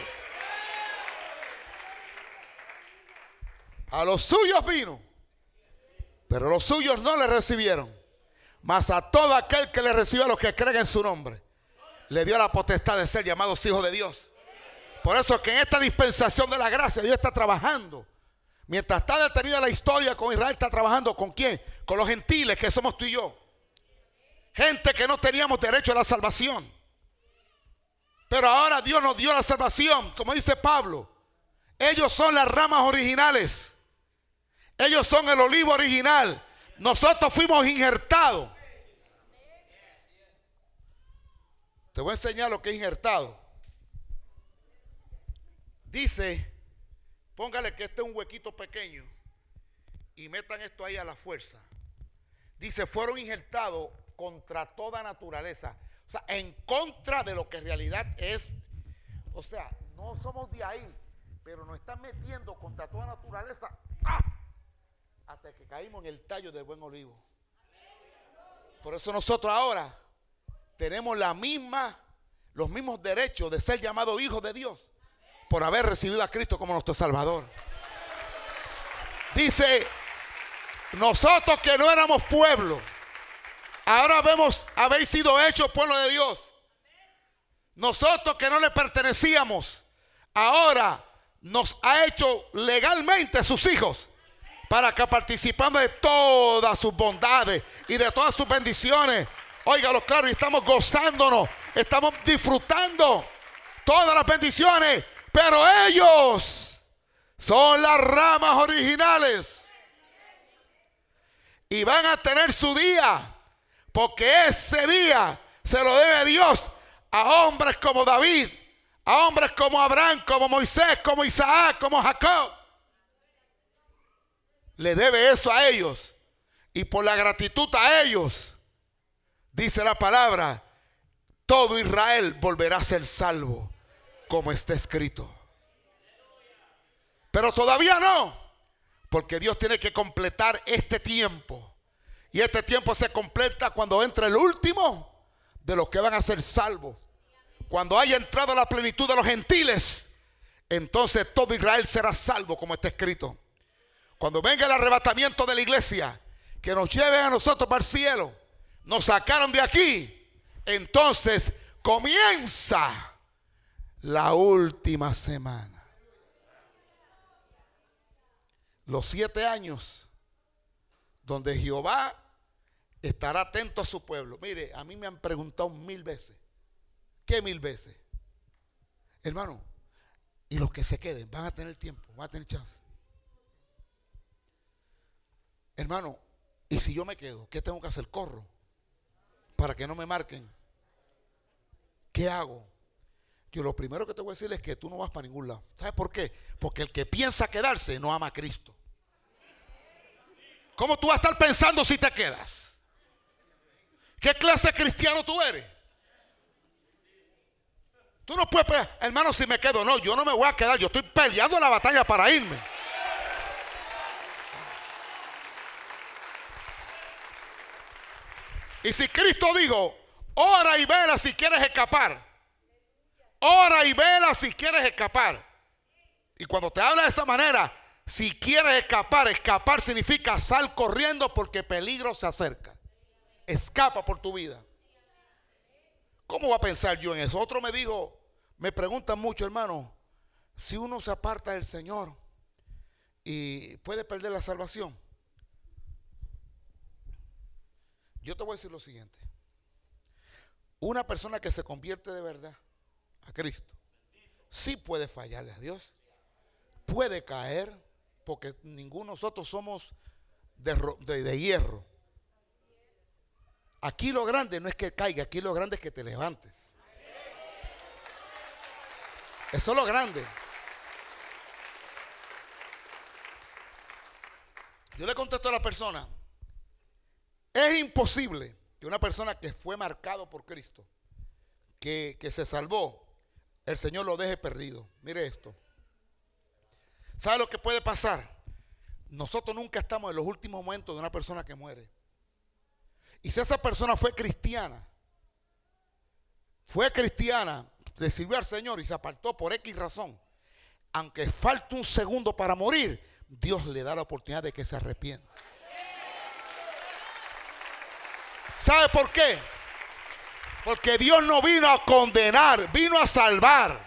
A los suyos vino, pero los suyos no le recibieron. Mas a todo aquel que le recibió, a los que creen en su nombre, le dio la potestad de ser llamados hijos de Dios. Por eso que en esta dispensación de la gracia Dios está trabajando. Mientras está detenida la historia con Israel, está trabajando ¿con quién? Con los gentiles, que somos tú y yo. Gente que no teníamos derecho a la salvación. Pero ahora Dios nos dio la salvación. Como dice Pablo, ellos son las ramas originales. Ellos son el olivo original. Nosotros fuimos injertados. Te voy a enseñar lo que es injertado. Dice, póngale que este es un huequito pequeño y metan esto ahí a la fuerza. Dice, fueron injertados contra toda naturaleza. O sea, en contra de lo que en realidad es. O sea, no somos de ahí, pero nos están metiendo contra toda naturaleza. ¡Ah! Hasta que caímos en el tallo del buen olivo. Por eso nosotros ahora tenemos la misma, los mismos derechos de ser llamados hijos de Dios por haber recibido a Cristo como nuestro Salvador. Dice, nosotros que no éramos pueblo, ahora vemos haber sido hechos pueblo de Dios. Nosotros que no le pertenecíamos, ahora nos ha hecho legalmente sus hijos, para que participando de todas sus bondades y de todas sus bendiciones, óigalo claro, y estamos gozándonos, estamos disfrutando todas las bendiciones, pero ellos son las ramas originales y van a tener su día, porque ese día se lo debe Dios a hombres como David, a hombres como Abraham, como Moisés, como Isaac, como Jacob. Le debe eso a ellos. Y por la gratitud a ellos, dice la palabra, todo Israel volverá a ser salvo, como está escrito. Pero todavía no, porque Dios tiene que completar este tiempo. Y este tiempo se completa cuando entre el último de los que van a ser salvos. Cuando haya entrado la plenitud de los gentiles, entonces todo Israel será salvo, como está escrito. Cuando venga el arrebatamiento de la iglesia, que nos lleven a nosotros para el cielo, nos sacaron de aquí, entonces comienza la última semana. Los siete años donde Jehová estará atento a su pueblo. Mire, a mí me han preguntado mil veces, ¿Qué mil veces? Hermano, y los que se queden van a tener tiempo, van a tener chance. Hermano, y si yo me quedo, ¿qué tengo que hacer? Corro para que no me marquen. ¿Qué hago? Yo lo primero que te voy a decir es que tú no vas para ningún lado. ¿Sabes por qué? Porque el que piensa quedarse no ama a Cristo. ¿Cómo tú vas a estar pensando si te quedas? ¿Qué clase de cristiano tú eres? Tú no puedes pelear, hermano, si me quedo. No, yo no me voy a quedar. Yo estoy peleando la batalla para irme. Y si Cristo dijo, ora y vela si quieres escapar. Ora y vela si quieres escapar. Y cuando te habla de esa manera, si quieres escapar, escapar significa sal corriendo porque peligro se acerca. Escapa por tu vida. ¿Cómo va a pensar yo en eso? Otro me dijo, me preguntan mucho, hermano, si uno se aparta del Señor y puede perder la salvación. Yo te voy a decir lo siguiente. Una persona que se convierte de verdad a Cristo, sí puede fallarle a Dios, puede caer, porque ninguno de nosotros somos de, de, de hierro. Aquí lo grande no es que caiga, aquí lo grande es que te levantes. Eso es lo grande. Yo le contesto a la persona, es imposible que una persona que fue marcado por Cristo, que, que se salvó, el Señor lo deje perdido. Mire esto. ¿Sabe lo que puede pasar? Nosotros nunca estamos en los últimos momentos de una persona que muere. Y si esa persona fue cristiana, fue cristiana, le sirvió al Señor y se apartó por X razón, aunque falte un segundo para morir, Dios le da la oportunidad de que se arrepienta. ¿Sabe por qué? Porque Dios no vino a condenar, vino a salvar.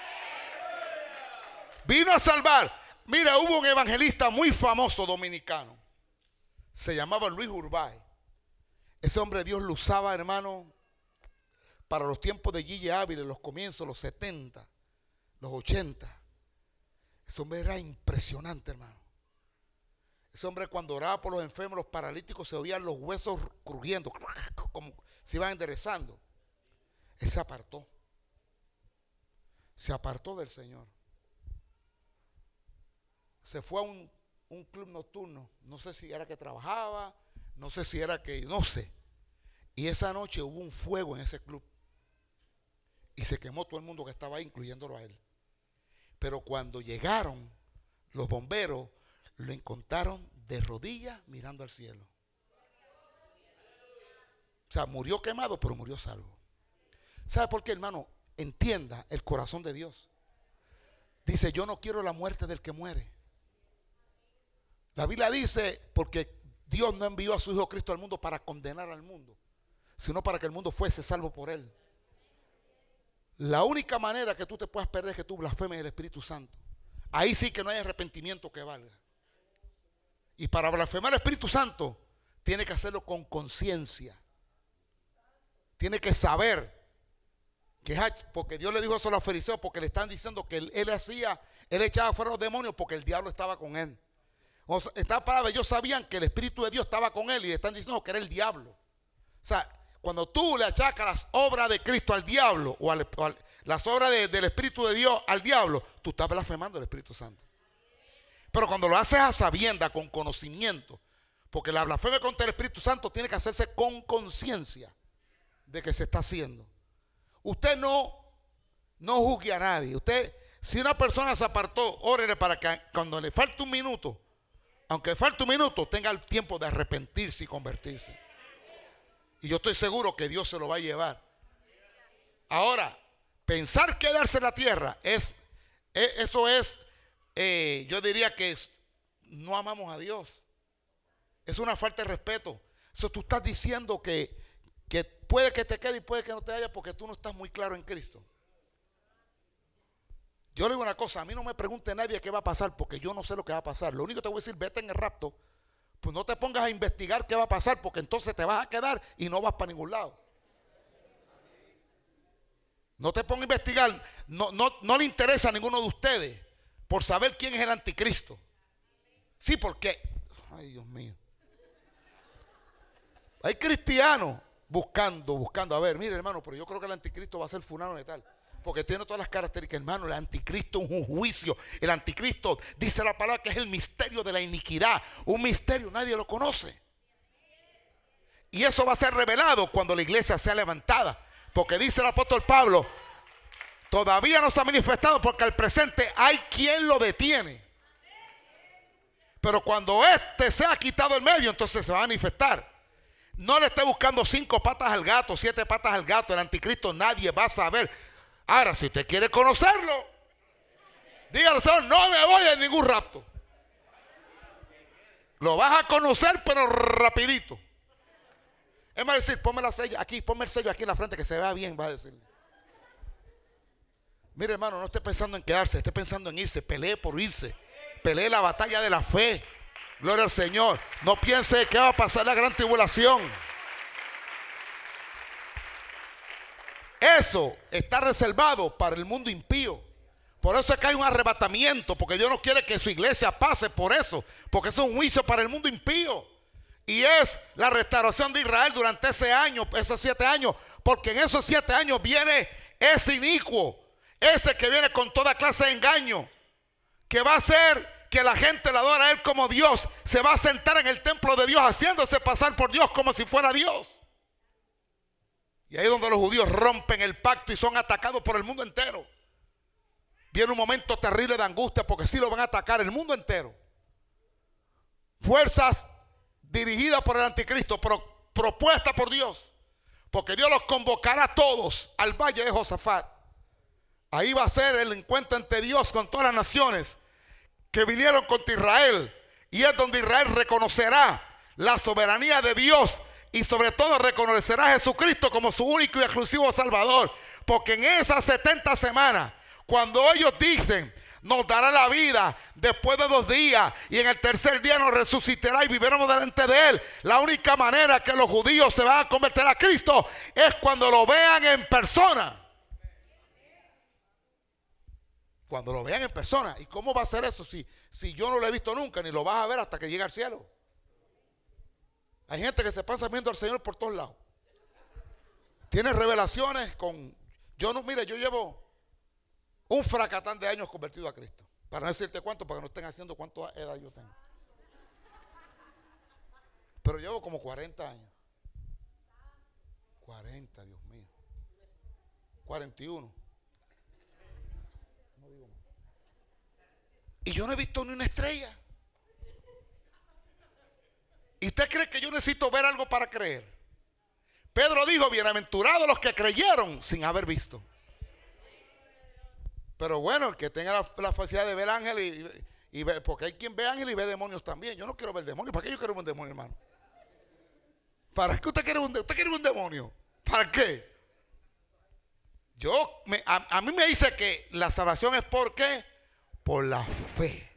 Vino a salvar. Mira, hubo un evangelista muy famoso dominicano. Se llamaba Luis Urbay. Ese hombre Dios lo usaba, hermano, para los tiempos de Gigi Ávila, los comienzos, los setenta, los ochenta. Ese hombre era impresionante, hermano. Ese hombre cuando oraba por los enfermos, los paralíticos, se oían los huesos crujiendo, como se iban enderezando. Él se apartó. Se apartó del Señor. Se fue a un, un club nocturno. No sé si era que trabajaba, no sé si era que, no sé. Y esa noche hubo un fuego en ese club. Y se quemó todo el mundo que estaba ahí, incluyéndolo a él. Pero cuando llegaron los bomberos, lo encontraron de rodillas mirando al cielo. O sea, murió quemado, pero murió salvo. ¿Sabe por qué, hermano? Entienda el corazón de Dios. Dice, yo no quiero la muerte del que muere. La Biblia dice, porque Dios no envió a su Hijo Cristo al mundo para condenar al mundo, sino para que el mundo fuese salvo por él. La única manera que tú te puedas perder es que tú blasfemes el Espíritu Santo. Ahí sí que no hay arrepentimiento que valga. Y para blasfemar el Espíritu Santo, tiene que hacerlo con conciencia. Tiene que saber que es, porque Dios le dijo eso a los fariseos, porque le están diciendo que él, él hacía, él echaba fuera los demonios porque el diablo estaba con él. O sea, esta palabra, ellos sabían que el Espíritu de Dios estaba con él y le están diciendo que era el diablo. O sea, cuando tú le achacas las obras de Cristo al diablo, o, al, o al, las obras de, del Espíritu de Dios al diablo, tú estás blasfemando el Espíritu Santo. Pero cuando lo haces a sabienda, con conocimiento, porque la blasfemia contra el Espíritu Santo tiene que hacerse con conciencia de que se está haciendo. Usted no, no juzgue a nadie. Usted, si una persona se apartó, órele para que cuando le falte un minuto, aunque falte un minuto, tenga el tiempo de arrepentirse y convertirse. Y yo estoy seguro que Dios se lo va a llevar. Ahora, pensar quedarse en la tierra, es, es eso es, eh, yo diría que es, no amamos a Dios. Es una falta de respeto. Eso tú estás diciendo que, que puede que te quede y puede que no te haya porque tú no estás muy claro en Cristo. Yo le digo una cosa, a mí no me pregunte nadie qué va a pasar porque yo no sé lo que va a pasar. Lo único que te voy a decir, vete en el rapto, pues no te pongas a investigar qué va a pasar, porque entonces te vas a quedar y no vas para ningún lado. No te ponga a investigar. No, no, no le interesa a ninguno de ustedes por saber quién es el anticristo. Sí, porque, ay Dios mío, hay cristianos buscando, buscando. A ver, mire hermano, pero yo creo que el anticristo va a ser fulano de tal, porque tiene todas las características. Hermano, el anticristo es un juicio. El anticristo, dice la palabra, que es el misterio de la iniquidad. Un misterio, nadie lo conoce. Y eso va a ser revelado cuando la iglesia sea levantada. Porque dice el apóstol Pablo, todavía no se ha manifestado porque al presente hay quien lo detiene. Pero cuando este sea quitado del medio, entonces se va a manifestar. No le esté buscando cinco patas al gato, siete patas al gato. El anticristo nadie va a saber. Ahora, si usted quiere conocerlo, dígale, Señor, no me voy a ningún rapto. Lo vas a conocer, pero rapidito. Es más decir, ponme la sella aquí, ponme el sello aquí en la frente que se vea bien, va a decir. Mire hermano, no esté pensando en quedarse, esté pensando en irse. Pelee por irse. Pelee la batalla de la fe. Gloria al Señor. No piense que va a pasar la gran tribulación. Eso está reservado para el mundo impío. Por eso es que hay un arrebatamiento, porque Dios no quiere que su iglesia pase por eso, porque es un juicio para el mundo impío. Y es la restauración de Israel durante ese año, esos siete años, porque en esos siete años viene ese inicuo, ese que viene con toda clase de engaño, que va a hacer que la gente le adore a él como Dios. Se va a sentar en el templo de Dios haciéndose pasar por Dios como si fuera Dios. Y ahí es donde los judíos rompen el pacto y son atacados por el mundo entero. Viene un momento terrible de angustia porque sí lo van a atacar el mundo entero. Fuerzas dirigidas por el anticristo, pero propuestas por Dios. Porque Dios los convocará a todos al valle de Josafat. Ahí va a ser el encuentro entre Dios con todas las naciones que vinieron contra Israel. Y es donde Israel reconocerá la soberanía de Dios. Y sobre todo reconocerá a Jesucristo como su único y exclusivo Salvador. Porque en esas setenta semanas, cuando ellos dicen, nos dará la vida después de dos días y en el tercer día nos resucitará y viviremos delante de él, la única manera que los judíos se van a convertir a Cristo es cuando lo vean en persona. Cuando lo vean en persona. ¿Y cómo va a ser eso si, si yo no lo he visto nunca, ni lo vas a ver hasta que llegue al cielo? Hay gente que se pasa viendo al Señor por todos lados. Tiene revelaciones con... Yo no, mire, yo llevo un fracatán de años convertido a Cristo. Para no decirte cuánto, para que no estén haciendo cuánta edad yo tengo. Pero llevo como cuarenta años. cuarenta, Dios mío. cuarenta y uno. No digo más. Y yo no he visto ni una estrella. ¿Y usted cree que yo necesito ver algo para creer? Pedro dijo, bienaventurados los que creyeron sin haber visto. Pero bueno, el que tenga la, la facilidad de ver ángeles y, y ver, porque hay quien ve ángeles y ve demonios también. Yo no quiero ver demonios. ¿Para qué yo quiero un demonio, hermano? ¿Para qué usted quiere un, usted quiere un demonio? ¿Para qué? Yo, me, a, a mí me dice que la salvación es ¿por qué? Por la fe.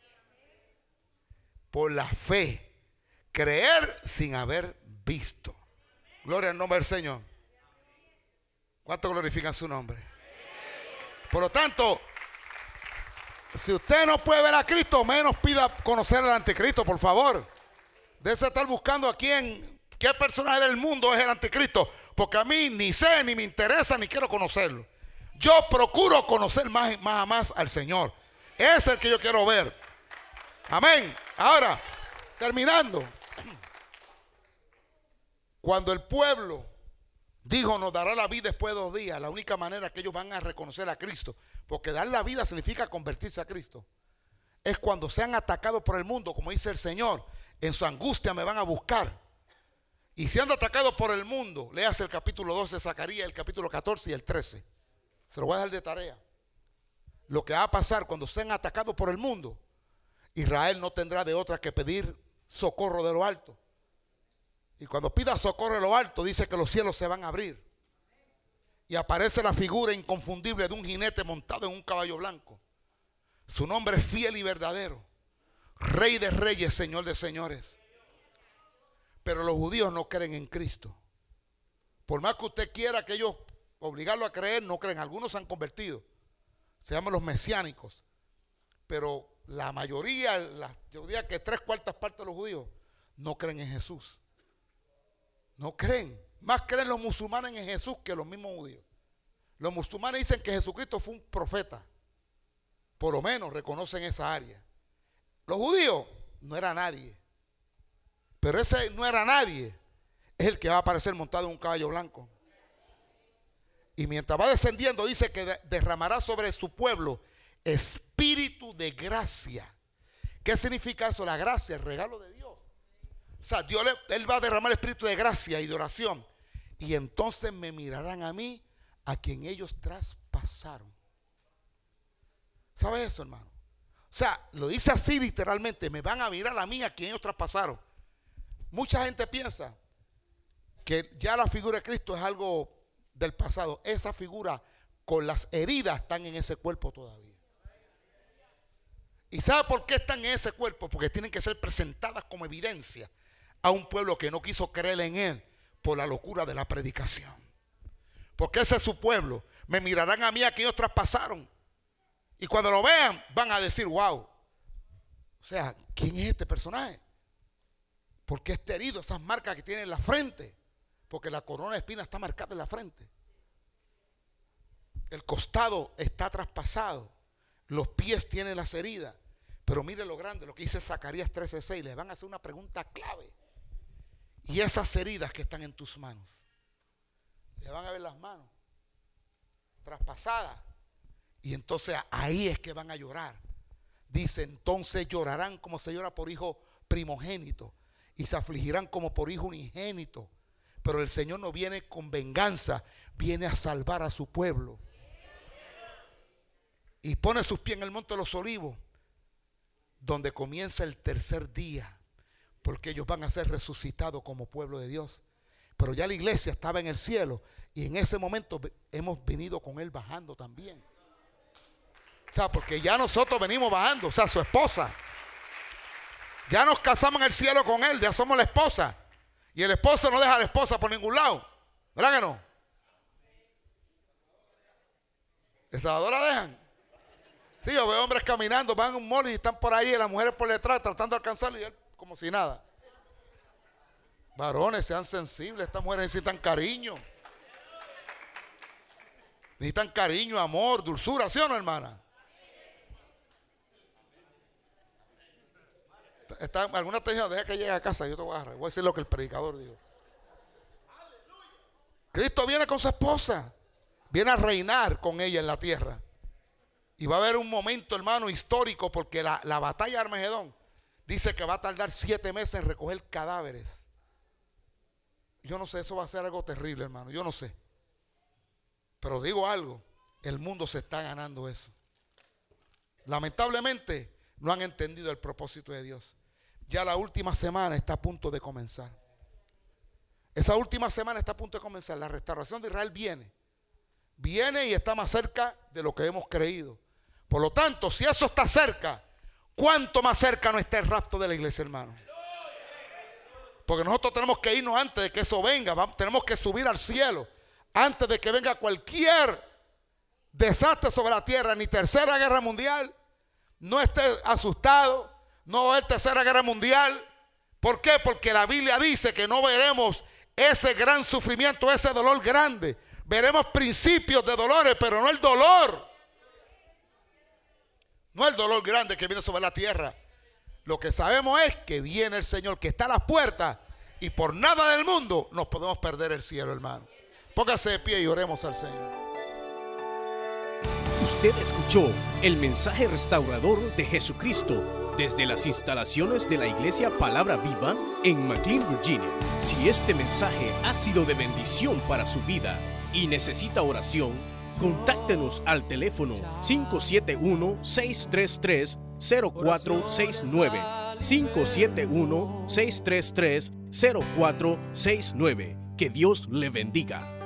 Por la fe. Creer sin haber visto. Gloria al nombre del Señor. ¿Cuánto glorifican su nombre? Por lo tanto, si usted no puede ver a Cristo, menos pida conocer al anticristo, por favor. Debe estar buscando a quién, qué personaje del mundo es el anticristo. Porque a mí ni sé, ni me interesa, ni quiero conocerlo. Yo procuro conocer más, más a más al Señor. Ese es el que yo quiero ver. Amén. Ahora, terminando. Cuando el pueblo dijo, nos dará la vida después de dos días, la única manera que ellos van a reconocer a Cristo, porque dar la vida significa convertirse a Cristo, es cuando sean atacados por el mundo, como dice el Señor, en su angustia me van a buscar. Y siendo atacados por el mundo, léase el capítulo doce de Zacarías, el capítulo catorce y el trece. Se lo voy a dar de tarea. Lo que va a pasar cuando sean atacados por el mundo, Israel no tendrá de otra que pedir socorro de lo alto. Y cuando pida socorro de lo alto, dice que los cielos se van a abrir. Y aparece la figura inconfundible de un jinete montado en un caballo blanco. Su nombre es fiel y verdadero. Rey de reyes, Señor de señores. Pero los judíos no creen en Cristo. Por más que usted quiera que ellos obligarlo a creer, no creen. Algunos se han convertido, se llaman los mesiánicos, pero la mayoría, la, yo diría que tres cuartas partes de los judíos no creen en Jesús. No creen. Más creen los musulmanes en Jesús que los mismos judíos. Los musulmanes dicen que Jesucristo fue un profeta. Por lo menos reconocen esa área. Los judíos no era nadie. Pero ese no era nadie es el que va a aparecer montado en un caballo blanco. Y mientras va descendiendo dice que derramará sobre su pueblo espíritu de gracia. ¿Qué significa eso? La gracia, el regalo de Dios. O sea, Dios le, Él va a derramar espíritu de gracia y de oración. Y entonces me mirarán a mí, a quien ellos traspasaron. ¿Sabe eso, hermano? O sea, lo dice así literalmente. Me van a mirar a mí, a quien ellos traspasaron. Mucha gente piensa que ya la figura de Cristo es algo del pasado. Esa figura con las heridas están en ese cuerpo todavía. ¿Y sabe por qué están en ese cuerpo? Porque tienen que ser presentadas como evidencia a un pueblo que no quiso creer en Él por la locura de la predicación. Porque ese es su pueblo. Me mirarán a mí, a quien ellos traspasaron. Y cuando lo vean van a decir, wow. O sea, ¿quién es este personaje? ¿Por qué está herido? Esas marcas que tiene en la frente. Porque la corona de espinas está marcada en la frente. El costado está traspasado. Los pies tienen las heridas. Pero mire lo grande, lo que dice Zacarías trece seis. Les van a hacer una pregunta clave. Y esas heridas que están en tus manos, le van a ver las manos traspasadas. Y entonces ahí es que van a llorar. Dice, entonces llorarán como se llora por hijo primogénito, y se afligirán como por hijo unigénito. Pero el Señor no viene con venganza, viene a salvar a su pueblo. Y pone sus pies en el monte de los olivos, donde comienza el tercer día, porque ellos van a ser resucitados como pueblo de Dios. Pero ya la iglesia estaba en el cielo, y en ese momento hemos venido con Él bajando también. O sea, porque ya nosotros venimos bajando, o sea, su esposa. Ya nos casamos en el cielo con Él, ya somos la esposa. Y el esposo no deja a la esposa por ningún lado. ¿Verdad que no? ¿El Salvador la dejan? Sí, yo veo hombres caminando, van a un mall y están por ahí, y las mujeres por detrás tratando de alcanzarlo y él como si nada. Varones, sean sensibles, estas mujeres necesitan cariño. Necesitan cariño, amor, dulzura, ¿sí o no, hermana? Está, alguna te dijo, deja que llegue a casa, yo te voy a agarrar. Voy a decir lo que el predicador dijo. Cristo viene con su esposa, viene a reinar con ella en la tierra. Y va a haber un momento, hermano, histórico, porque la, la batalla de Armagedón dice que va a tardar siete meses en recoger cadáveres. Yo no sé, eso va a ser algo terrible, hermano, yo no sé. Pero digo algo, el mundo se está ganando eso. Lamentablemente no han entendido el propósito de Dios. Ya la última semana está a punto de comenzar. Esa última semana está a punto de comenzar. La restauración de Israel viene. Viene y está más cerca de lo que hemos creído. Por lo tanto, si eso está cerca, ¿cuánto más cerca no está el rapto de la iglesia, hermano? Porque nosotros tenemos que irnos antes de que eso venga. Vamos, tenemos que subir al cielo antes de que venga cualquier desastre sobre la tierra, ni tercera guerra mundial. No esté asustado. No va a haber tercera guerra mundial. ¿Por qué? Porque la Biblia dice que no veremos ese gran sufrimiento, ese dolor grande. Veremos principios de dolores, pero no el dolor. No el dolor grande que viene sobre la tierra. Lo que sabemos es que viene el Señor, que está a las puertas, y por nada del mundo nos podemos perder el cielo, hermano. Póngase de pie y oremos al Señor. Usted escuchó el mensaje restaurador de Jesucristo desde las instalaciones de la Iglesia Palabra Viva en McLean, Virginia. Si este mensaje ha sido de bendición para su vida y necesita oración, contáctenos al teléfono cinco siete uno, seis tres tres, cero cuatro seis nueve, cinco siete uno, seis tres tres, cero cuatro seis nueve. Que Dios le bendiga.